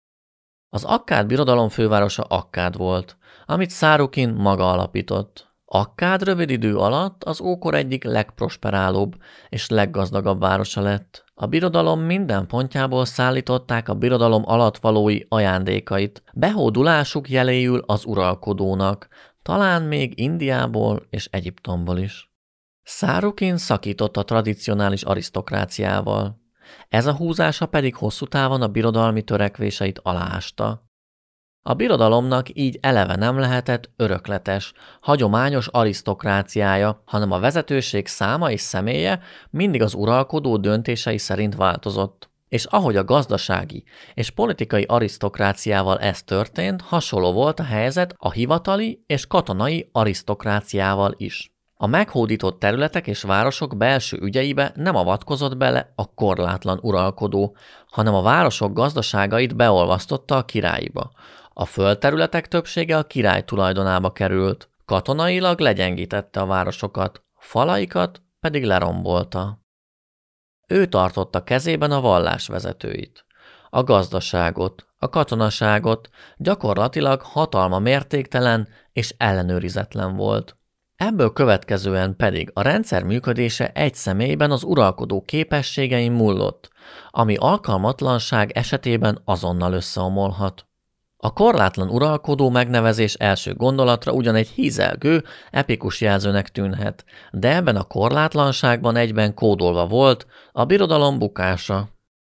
Az Akkád birodalom fővárosa Akkád volt, amit Szárukin maga alapított. Akkád rövid idő alatt az ókor egyik legprosperálóbb és leggazdagabb városa lett. A birodalom minden pontjából szállították a birodalom alattvalói ajándékait, behódulásuk jeléül az uralkodónak, talán még Indiából és Egyiptomból is. Szárukin szakított a tradicionális arisztokráciával. Ez a húzása pedig hosszú távon a birodalmi törekvéseit aláásta. A birodalomnak így eleve nem lehetett örökletes, hagyományos arisztokráciája, hanem a vezetőség száma és személye mindig az uralkodó döntései szerint változott. És ahogy a gazdasági és politikai arisztokráciával ez történt, hasonló volt a helyzet a hivatali és katonai arisztokráciával is. A meghódított területek és városok belső ügyeibe nem avatkozott bele a korlátlan uralkodó, hanem a városok gazdaságait beolvasztotta a királyiba. A földterületek többsége a király tulajdonába került, katonailag legyengítette a városokat, falaikat pedig lerombolta. Ő tartotta kezében a vallásvezetőit, a gazdaságot, a katonaságot, gyakorlatilag hatalma mértéktelen és ellenőrizetlen volt. Ebből következően pedig a rendszer működése egy személyben az uralkodó képességein múlott, ami alkalmatlanság esetében azonnal összeomolhat. A korlátlan uralkodó megnevezés első gondolatra ugyan egy hízelgő, epikus jelzőnek tűnhet, de ebben a korlátlanságban egyben kódolva volt a birodalom bukása.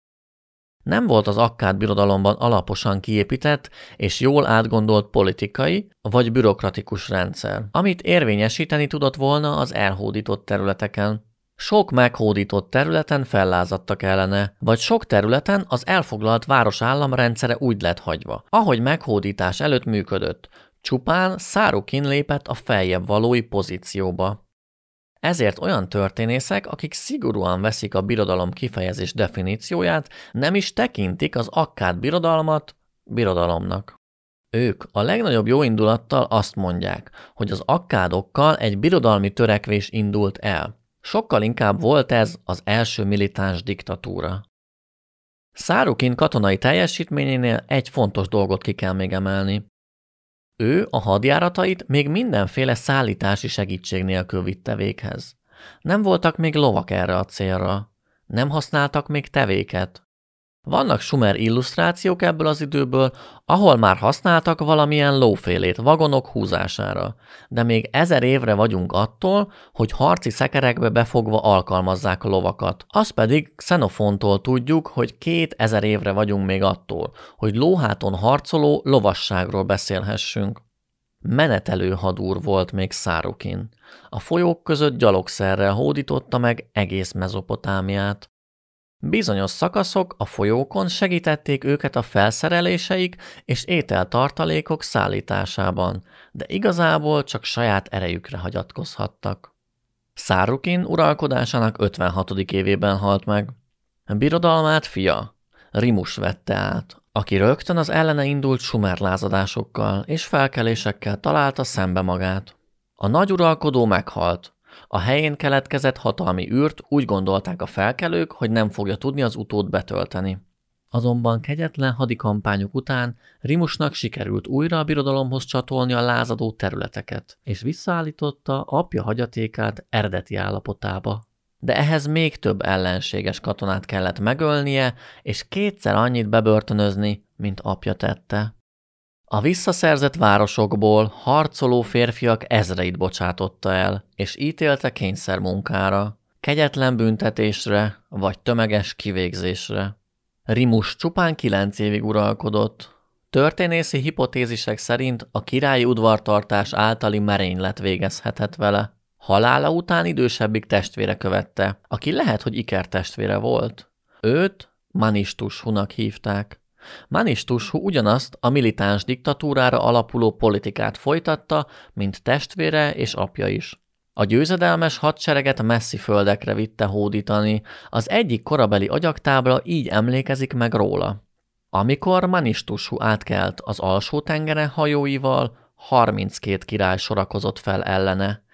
Nem volt az Akkád birodalomban alaposan kiépített és jól átgondolt politikai vagy bürokratikus rendszer, amit érvényesíteni tudott volna az elhódított területeken. Sok meghódított területen fellázadtak ellene, vagy sok területen az elfoglalt városállam rendszere úgy lett hagyva, ahogy meghódítás előtt működött, csupán Szárukin lépett a feljebb valói pozícióba. Ezért olyan történészek, akik szigorúan veszik a birodalom kifejezés definícióját, nem is tekintik az Akkád birodalmat birodalomnak. Ők a legnagyobb jóindulattal azt mondják, hogy az akkádokkal egy birodalmi törekvés indult el. Sokkal inkább volt ez az első militáns diktatúra. Szárukin katonai teljesítményénél egy fontos dolgot ki kell még emelni. Ő a hadjáratait még mindenféle szállítási segítség nélkül vitte véghez. Nem voltak még lovak erre a célra. Nem használtak még tevéket. Vannak sumer illusztrációk ebből az időből, ahol már használtak valamilyen lófélét vagonok húzására, de még 1000 évre vagyunk attól, hogy harci szekerekbe befogva alkalmazzák a lovakat. Azt pedig Xenofontól tudjuk, hogy 2000 évre vagyunk még attól, hogy lóháton harcoló lovasságról beszélhessünk. Menetelő hadúr volt még Szárukin. A folyók között gyalogszerrel hódította meg egész Mezopotámiát. Bizonyos szakaszok a folyókon segítették őket a felszereléseik és ételtartalékok szállításában, de igazából csak saját erejükre hagyatkozhattak. Szárukin uralkodásának 56. évében halt meg. Birodalmát fia, Rimus vette át, aki rögtön az ellene indult sumer lázadásokkal és felkelésekkel találta szembe magát. A nagy uralkodó meghalt. A helyén keletkezett hatalmi űrt úgy gondolták a felkelők, hogy nem fogja tudni az utód betölteni. Azonban kegyetlen hadikampányok után Rimusnak sikerült újra a birodalomhoz csatolni a lázadó területeket, és visszaállította apja hagyatékát eredeti állapotába. De ehhez még több ellenséges katonát kellett megölnie, és 2-szer annyit bebörtönözni, mint apja tette. A visszaszerzett városokból harcoló férfiak ezreit bocsátotta el, és ítélte kényszermunkára, kegyetlen büntetésre vagy tömeges kivégzésre. Rimus csupán 9 évig uralkodott. Történészi hipotézisek szerint a királyi udvartartás általi merénylet végezhetett vele. Halála után idősebbik testvére követte, aki lehet, hogy ikertestvére volt. Őt Manishtushunak hívták. Manishtushu ugyanazt a militáns diktatúrára alapuló politikát folytatta, mint testvére és apja is. A győzedelmes hadsereget messzi földekre vitte hódítani, az egyik korabeli agyagtábla így emlékezik meg róla. Amikor Manishtushu átkelt az alsó tengeren hajóival, 32 király sorakozott fel ellene,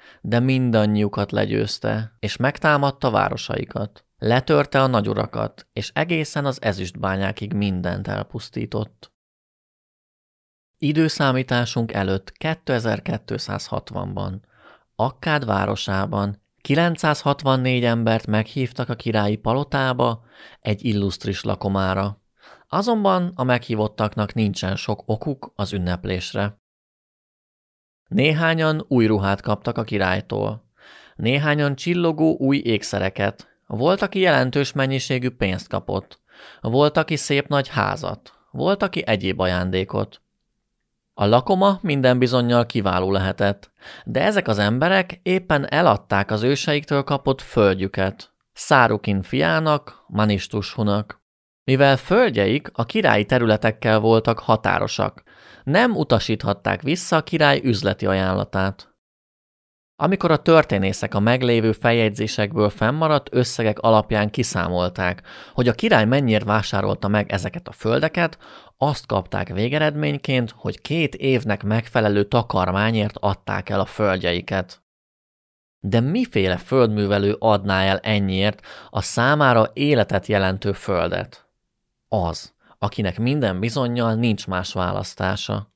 de mindannyiukat legyőzte, és megtámadta városaikat. Letörte a nagyurakat, és egészen az ezüstbányákig mindent elpusztított. Időszámításunk előtt 2260-ban, Akkád városában 964 embert meghívtak a királyi palotába egy illusztris lakomára. Azonban a meghívottaknak nincsen sok okuk az ünneplésre. Néhányan új ruhát kaptak a királytól. Néhányan csillogó új ékszereket. Volt, aki jelentős mennyiségű pénzt kapott. Volt, aki szép nagy házat. Volt, aki egyéb ajándékot. A lakoma minden bizonnyal kiváló lehetett, de ezek az emberek éppen eladták az őseiktől kapott földjüket. Szárukin fiának, Manistushúnak. Mivel földjeik a királyi területekkel voltak határosak, nem utasíthatták vissza a király üzleti ajánlatát. Amikor a történészek a meglévő feljegyzésekből fennmaradt összegek alapján kiszámolták, hogy a király mennyire vásárolta meg ezeket a földeket, azt kapták végeredményként, hogy 2 évnek megfelelő takarmányért adták el a földjeiket. De miféle földművelő adná el ennyiért a számára életet jelentő földet? Az, akinek minden bizonnyal nincs más választása.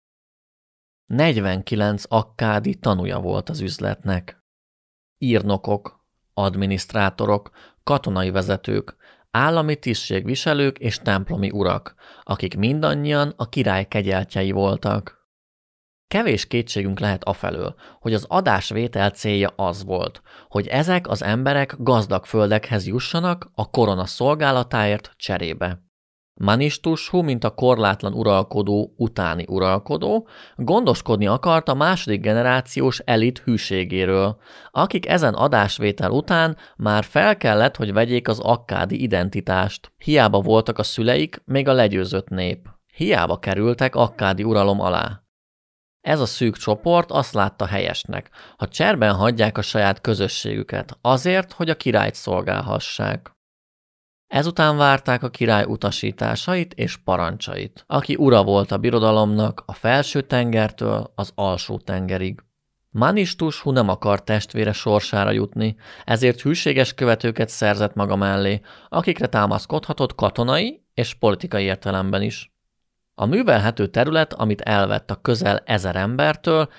49 akkádi tanúja volt az üzletnek. Írnokok, adminisztrátorok, katonai vezetők, állami tisztségviselők és templomi urak, akik mindannyian a király kegyeltjei voltak. Kevés kétségünk lehet afelől, hogy az adásvétel célja az volt, hogy ezek az emberek gazdag földekhez jussanak a korona szolgálatáért cserébe. Manistushú, mint a korlátlan uralkodó utáni uralkodó, gondoskodni akart a második generációs elit hűségéről, akik ezen adásvétel után már fel kellett, hogy vegyék az akkádi identitást. Hiába voltak a szüleik, még a legyőzött nép. Hiába kerültek akkádi uralom alá. Ez a szűk csoport azt látta helyesnek, ha cserben hagyják a saját közösségüket, azért, hogy a királyt szolgálhassák. Ezután várták a király utasításait és parancsait, aki ura volt a birodalomnak a felső tengertől az alsó tengerig. Manistushú nem akart testvére sorsára jutni, ezért hűséges követőket szerzett maga mellé, akikre támaszkodhatott katonai és politikai értelemben is. A művelhető terület, amit elvett a közel 1000 embertől,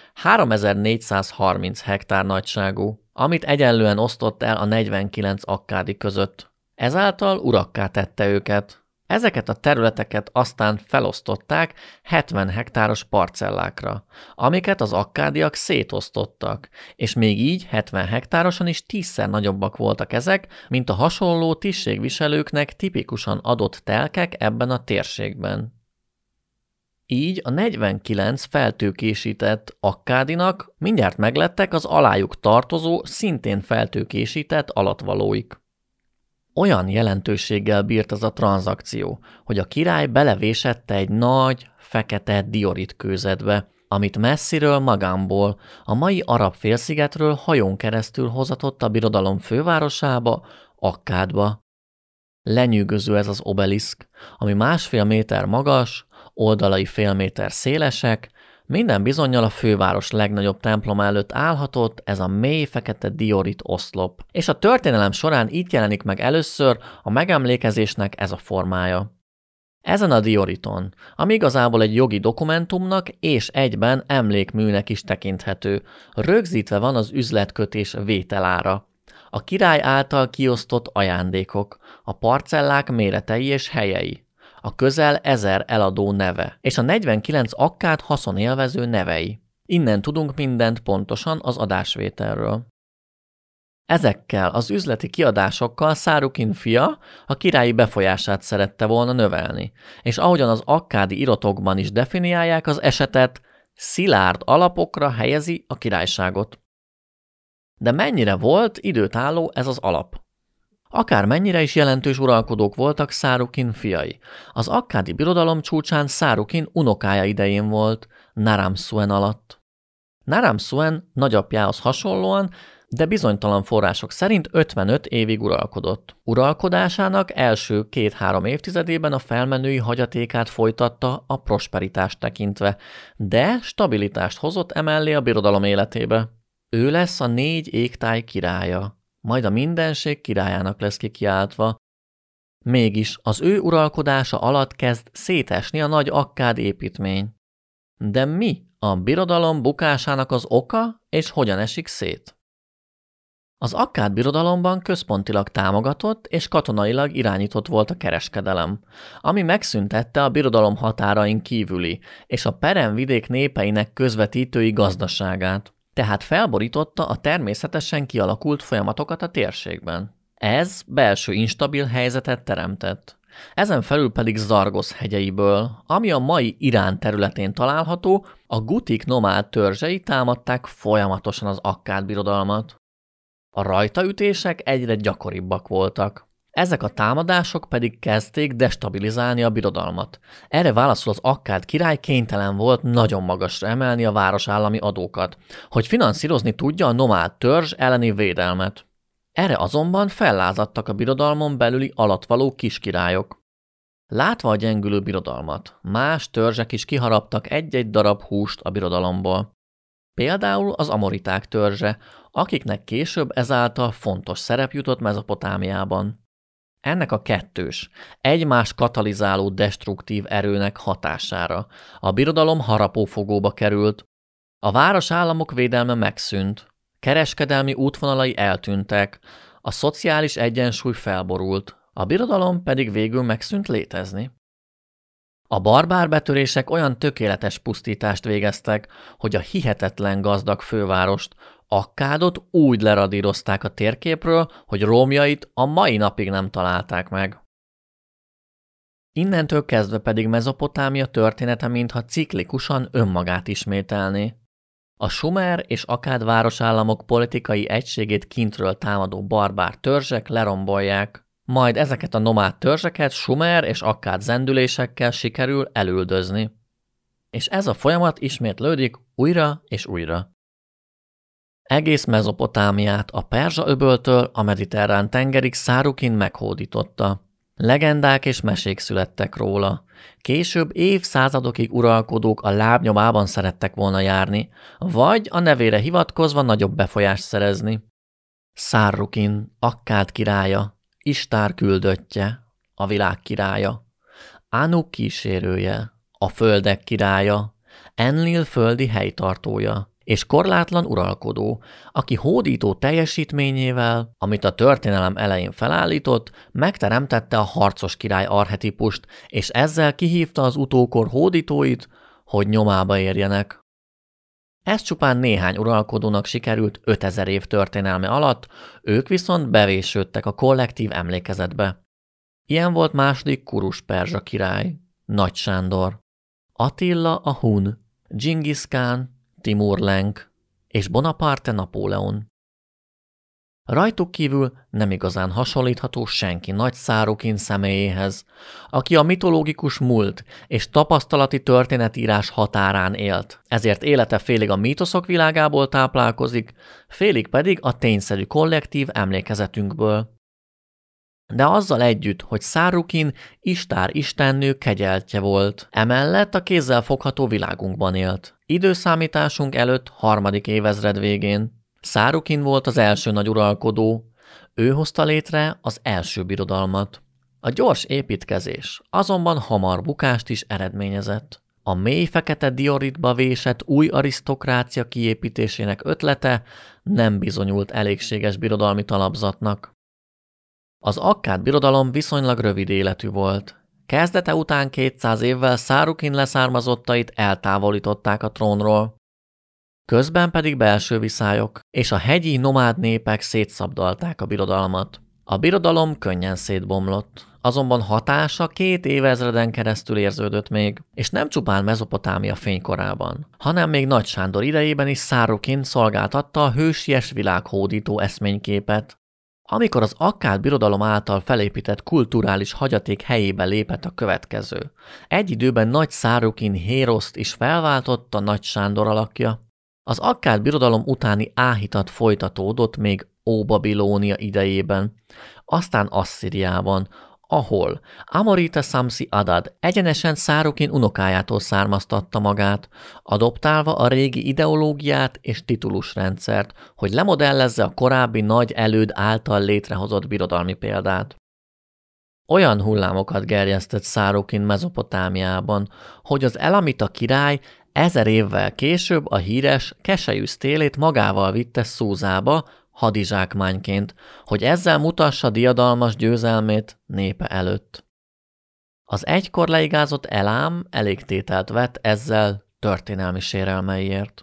3430 hektár nagyságú, amit egyenlően osztott el a 49 akkádi között. Ezáltal urakká tette őket. Ezeket a területeket aztán felosztották 70 hektáros parcellákra, amiket az akkádiak szétosztottak, és még így 70 hektárosan is 10-szer nagyobbak voltak ezek, mint a hasonló tisztségviselőknek tipikusan adott telkek ebben a térségben. Így a 49 feltőkésített akkádinak mindjárt meglettek az alájuk tartozó, szintén feltőkésített alatvalóik. Olyan jelentőséggel bírt ez a tranzakció, hogy a király belevésette egy nagy, fekete diorit kőzetbe, amit messziről Magamból, a mai arab félszigetről hajón keresztül hozatott a birodalom fővárosába, Akkádba. Lenyűgöző ez az obeliszk, ami 1,5 méter magas, oldalai fél méter szélesek, minden bizonnyal a főváros legnagyobb temploma előtt állhatott ez a mély fekete diorit oszlop, és a történelem során itt jelenik meg először a megemlékezésnek ez a formája. Ezen a dioriton, ami igazából egy jogi dokumentumnak és egyben emlékműnek is tekinthető, rögzítve van az üzletkötés vételára, a király által kiosztott ajándékok, a parcellák méretei és helyei, a közel 1000 eladó neve, és a 49 akkád haszonélvező nevei. Innen tudunk mindent pontosan az adásvételről. Ezekkel az üzleti kiadásokkal Szárukin fia a királyi befolyását szerette volna növelni, és ahogyan az akkádi iratokban is definiálják az esetet, szilárd alapokra helyezi a királyságot. De mennyire volt időtálló ez az alap? Akár mennyire is jelentős uralkodók voltak Szárukin fiai. Az akkádi birodalom csúcsán Szárukin unokája idején volt, Naram-Szuen alatt. Naram-Szuen nagyapjához hasonlóan, de bizonytalan források szerint 55 évig uralkodott. Uralkodásának első 2-3 évtizedében a felmenői hagyatékát folytatta a prosperitást tekintve, de stabilitást hozott emellé a birodalom életébe. Ő lesz a 4 égtáj királya, majd a mindenség királyának lesz kikiáltva. Mégis az ő uralkodása alatt kezd szétesni a nagy akkád építmény. De mi a birodalom bukásának az oka, és hogyan esik szét? Az akkád birodalomban központilag támogatott és katonailag irányított volt a kereskedelem, ami megszüntette a birodalom határain kívüli és a peremvidék népeinek közvetítői gazdaságát, tehát felborította a természetesen kialakult folyamatokat a térségben. Ez belső instabil helyzetet teremtett. Ezen felül pedig Zargosz hegyeiből, ami a mai Irán területén található, a gutik nomád törzsei támadták folyamatosan az akkád birodalmat. A rajtaütések egyre gyakoribbak voltak. Ezek a támadások pedig kezdték destabilizálni a birodalmat. Erre válaszul az akkád király kénytelen volt nagyon magasra emelni a városállami adókat, hogy finanszírozni tudja a nomád törzs elleni védelmet. Erre azonban fellázadtak a birodalmon belüli alattvaló kiskirályok. Látva a gyengülő birodalmat, más törzsek is kiharaptak egy-egy darab húst a birodalomból. Például az amoriták törzse, akiknek később ezáltal fontos szerep jutott Mezopotámiában. Ennek a kettős, egymás katalizáló destruktív erőnek hatására a birodalom harapófogóba került, a városállamok védelme megszűnt, kereskedelmi útvonalai eltűntek, a szociális egyensúly felborult, a birodalom pedig végül megszűnt létezni. A barbár betörések olyan tökéletes pusztítást végeztek, hogy a hihetetlen gazdag fővárost, Akkádot úgy leradírozták a térképről, hogy romjait a mai napig nem találták meg. Innentől kezdve pedig Mezopotámia története mintha ciklikusan önmagát ismételné. A sumer és akkád városállamok politikai egységét kintről támadó barbár törzsek lerombolják, majd ezeket a nomád törzseket sumer és akkád zendülésekkel sikerül elüldözni. És ez a folyamat ismétlődik újra és újra. Egész Mezopotámiát a Perzsa-öböltől a mediterrán tengerig Szárukin meghódította. Legendák és mesék születtek róla. Később évszázadokig uralkodók a lábnyomában szerettek volna járni, vagy a nevére hivatkozva nagyobb befolyást szerezni. Szárrukin, Akkád királya, Istár küldöttje, a világ királya, Anuk kísérője, a földek királya, Enlil földi helytartója, és korlátlan uralkodó, aki hódító teljesítményével, amit a történelem elején felállított, megteremtette a harcos király archetipust, és ezzel kihívta az utókor hódítóit, hogy nyomába érjenek. Ez csupán néhány uralkodónak sikerült 5000 év történelme alatt, ők viszont bevésődtek a kollektív emlékezetbe. Ilyen volt második Kurus perzsa király, Nagy Sándor, Attila a hun, Dzsingisz Kán, Timur Lenk és Bonaparte Napóleon. Rajtuk kívül nem igazán hasonlítható senki Nagy Szárukin személyéhez, aki a mitológikus múlt és tapasztalati történetírás határán élt, ezért élete félig a mítoszok világából táplálkozik, félig pedig a tényszerű kollektív emlékezetünkből. De azzal együtt, hogy Szárukin Istár istennő kegyeltje volt, emellett a kézzel fogható világunkban élt. Időszámításunk előtt 3. évezred végén. Szárukin volt az első nagy uralkodó, ő hozta létre az első birodalmat. A gyors építkezés azonban hamar bukást is eredményezett. A mély fekete dioritba vésett új arisztokrácia kiépítésének ötlete nem bizonyult elégséges birodalmi talapzatnak. Az Akkád birodalom viszonylag rövid életű volt. Kezdete után 200 évvel Szárukin leszármazottait eltávolították a trónról. Közben pedig belső viszályok és a hegyi nomád népek szétszabdalták a birodalmat. A birodalom könnyen szétbomlott, azonban hatása 2 évezreden keresztül érződött még, és nem csupán Mezopotámia fénykorában, hanem még Nagy Sándor idejében is Szárukin szolgáltatta a hősies világhódító eszményképet. Amikor az Akkád birodalom által felépített kulturális hagyaték helyébe lépett a következő, egy időben Nagy Szárukin Héroszt is felváltotta Nagy Sándor alakja. Az Akkád birodalom utáni áhítat folytatódott még Óbabilónia idejében, aztán Asszíriában, ahol Amorita Samsi Adad egyenesen Szárukin unokájától származtatta magát, adoptálva a régi ideológiát és titulusrendszert, hogy lemodellezze a korábbi nagy előd által létrehozott birodalmi példát. Olyan hullámokat gerjesztett Szárukin Mezopotámiában, hogy az elamita király 1000 évvel később a híres keselyű sztélét magával vitte Szúzába, hadizsákmányként, hogy ezzel mutassa diadalmas győzelmét népe előtt. Az egykor leigázott Elám elégtételt vett ezzel történelmi sérelmeiért.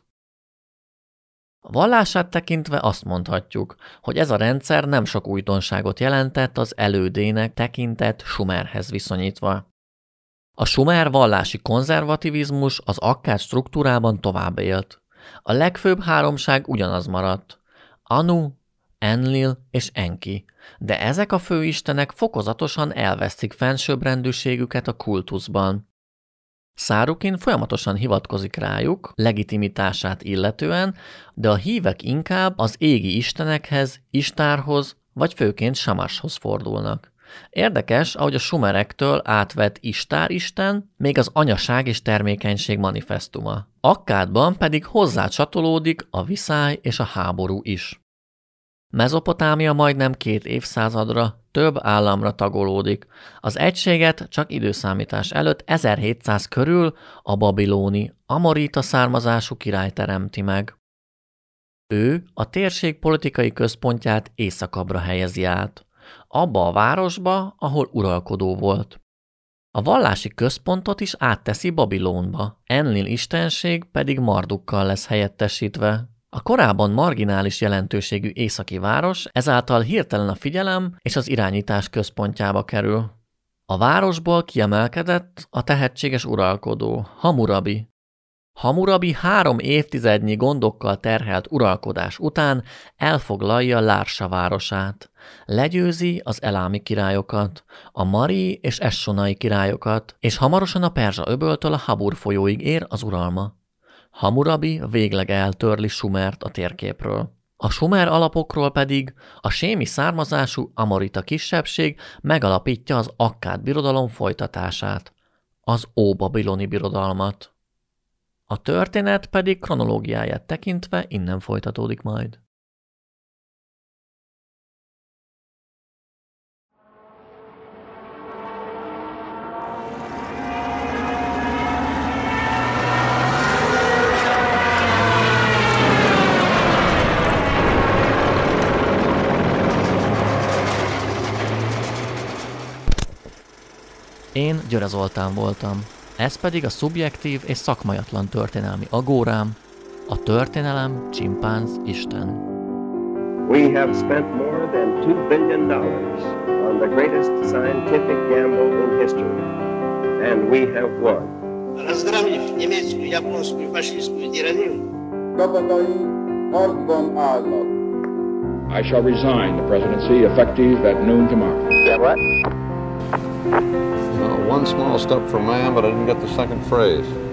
A vallását tekintve azt mondhatjuk, hogy ez a rendszer nem sok újdonságot jelentett az elődének tekintett Sumerhez viszonyítva. A sumer vallási konzervativizmus az akkád struktúrában tovább élt. A legfőbb háromság ugyanaz maradt. Anu, Enlil és Enki, de ezek a főistenek fokozatosan elvesztik fensőbbrendűségüket a kultuszban. Szárukin folyamatosan hivatkozik rájuk, legitimitását illetően, de a hívek inkább az égi istenekhez, Istárhoz vagy főként Samashoz fordulnak. Érdekes, ahogy a sumerektől átvett Istár isten, még az anyaság és termékenység manifesztuma. Akkádban pedig hozzácsatolódik a viszály és a háború is. Mezopotámia majdnem 2 évszázadra több államra tagolódik. Az egységet csak időszámítás előtt 1700 körül a babilóni, amorita származású király teremti meg. Ő a térség politikai központját északabbra helyezi át, abba a városba, ahol uralkodó volt. A vallási központot is átteszi Babilónba, Enlil istenség pedig Mardukkal lesz helyettesítve. A korábban marginális jelentőségű északi város ezáltal hirtelen a figyelem és az irányítás központjába kerül. A városból kiemelkedett a tehetséges uralkodó, Hammurabi. Hammurabi 3 évtizednyi gondokkal terhelt uralkodás után elfoglalja Lársa városát. Legyőzi az elámi királyokat, a Mari és Essonai királyokat, és hamarosan a Perzsa-öböltől a Habur folyóig ér az uralma. Hammurabi végleg eltörli Sumert a térképről. A sumer alapokról pedig a sémi származású amorita kisebbség megalapítja az akkád birodalom folytatását, az óbabiloni birodalmat. A történet pedig kronológiáját tekintve innen folytatódik majd. Én Györe Zoltán voltam, ez pedig a szubjektív és szakmaiatlan történelmi agórám, a történelem csimpánz Isten. We have spent more than $2 billion on the greatest scientific gamble in history, and we have won. Разгромив немецкую, японскую, фашистскую тиранию, Csapatai harcban állnak. I shall resign the presidency effective at noon tomorrow. Yeah, what? One small step for man, but I didn't get the second phrase.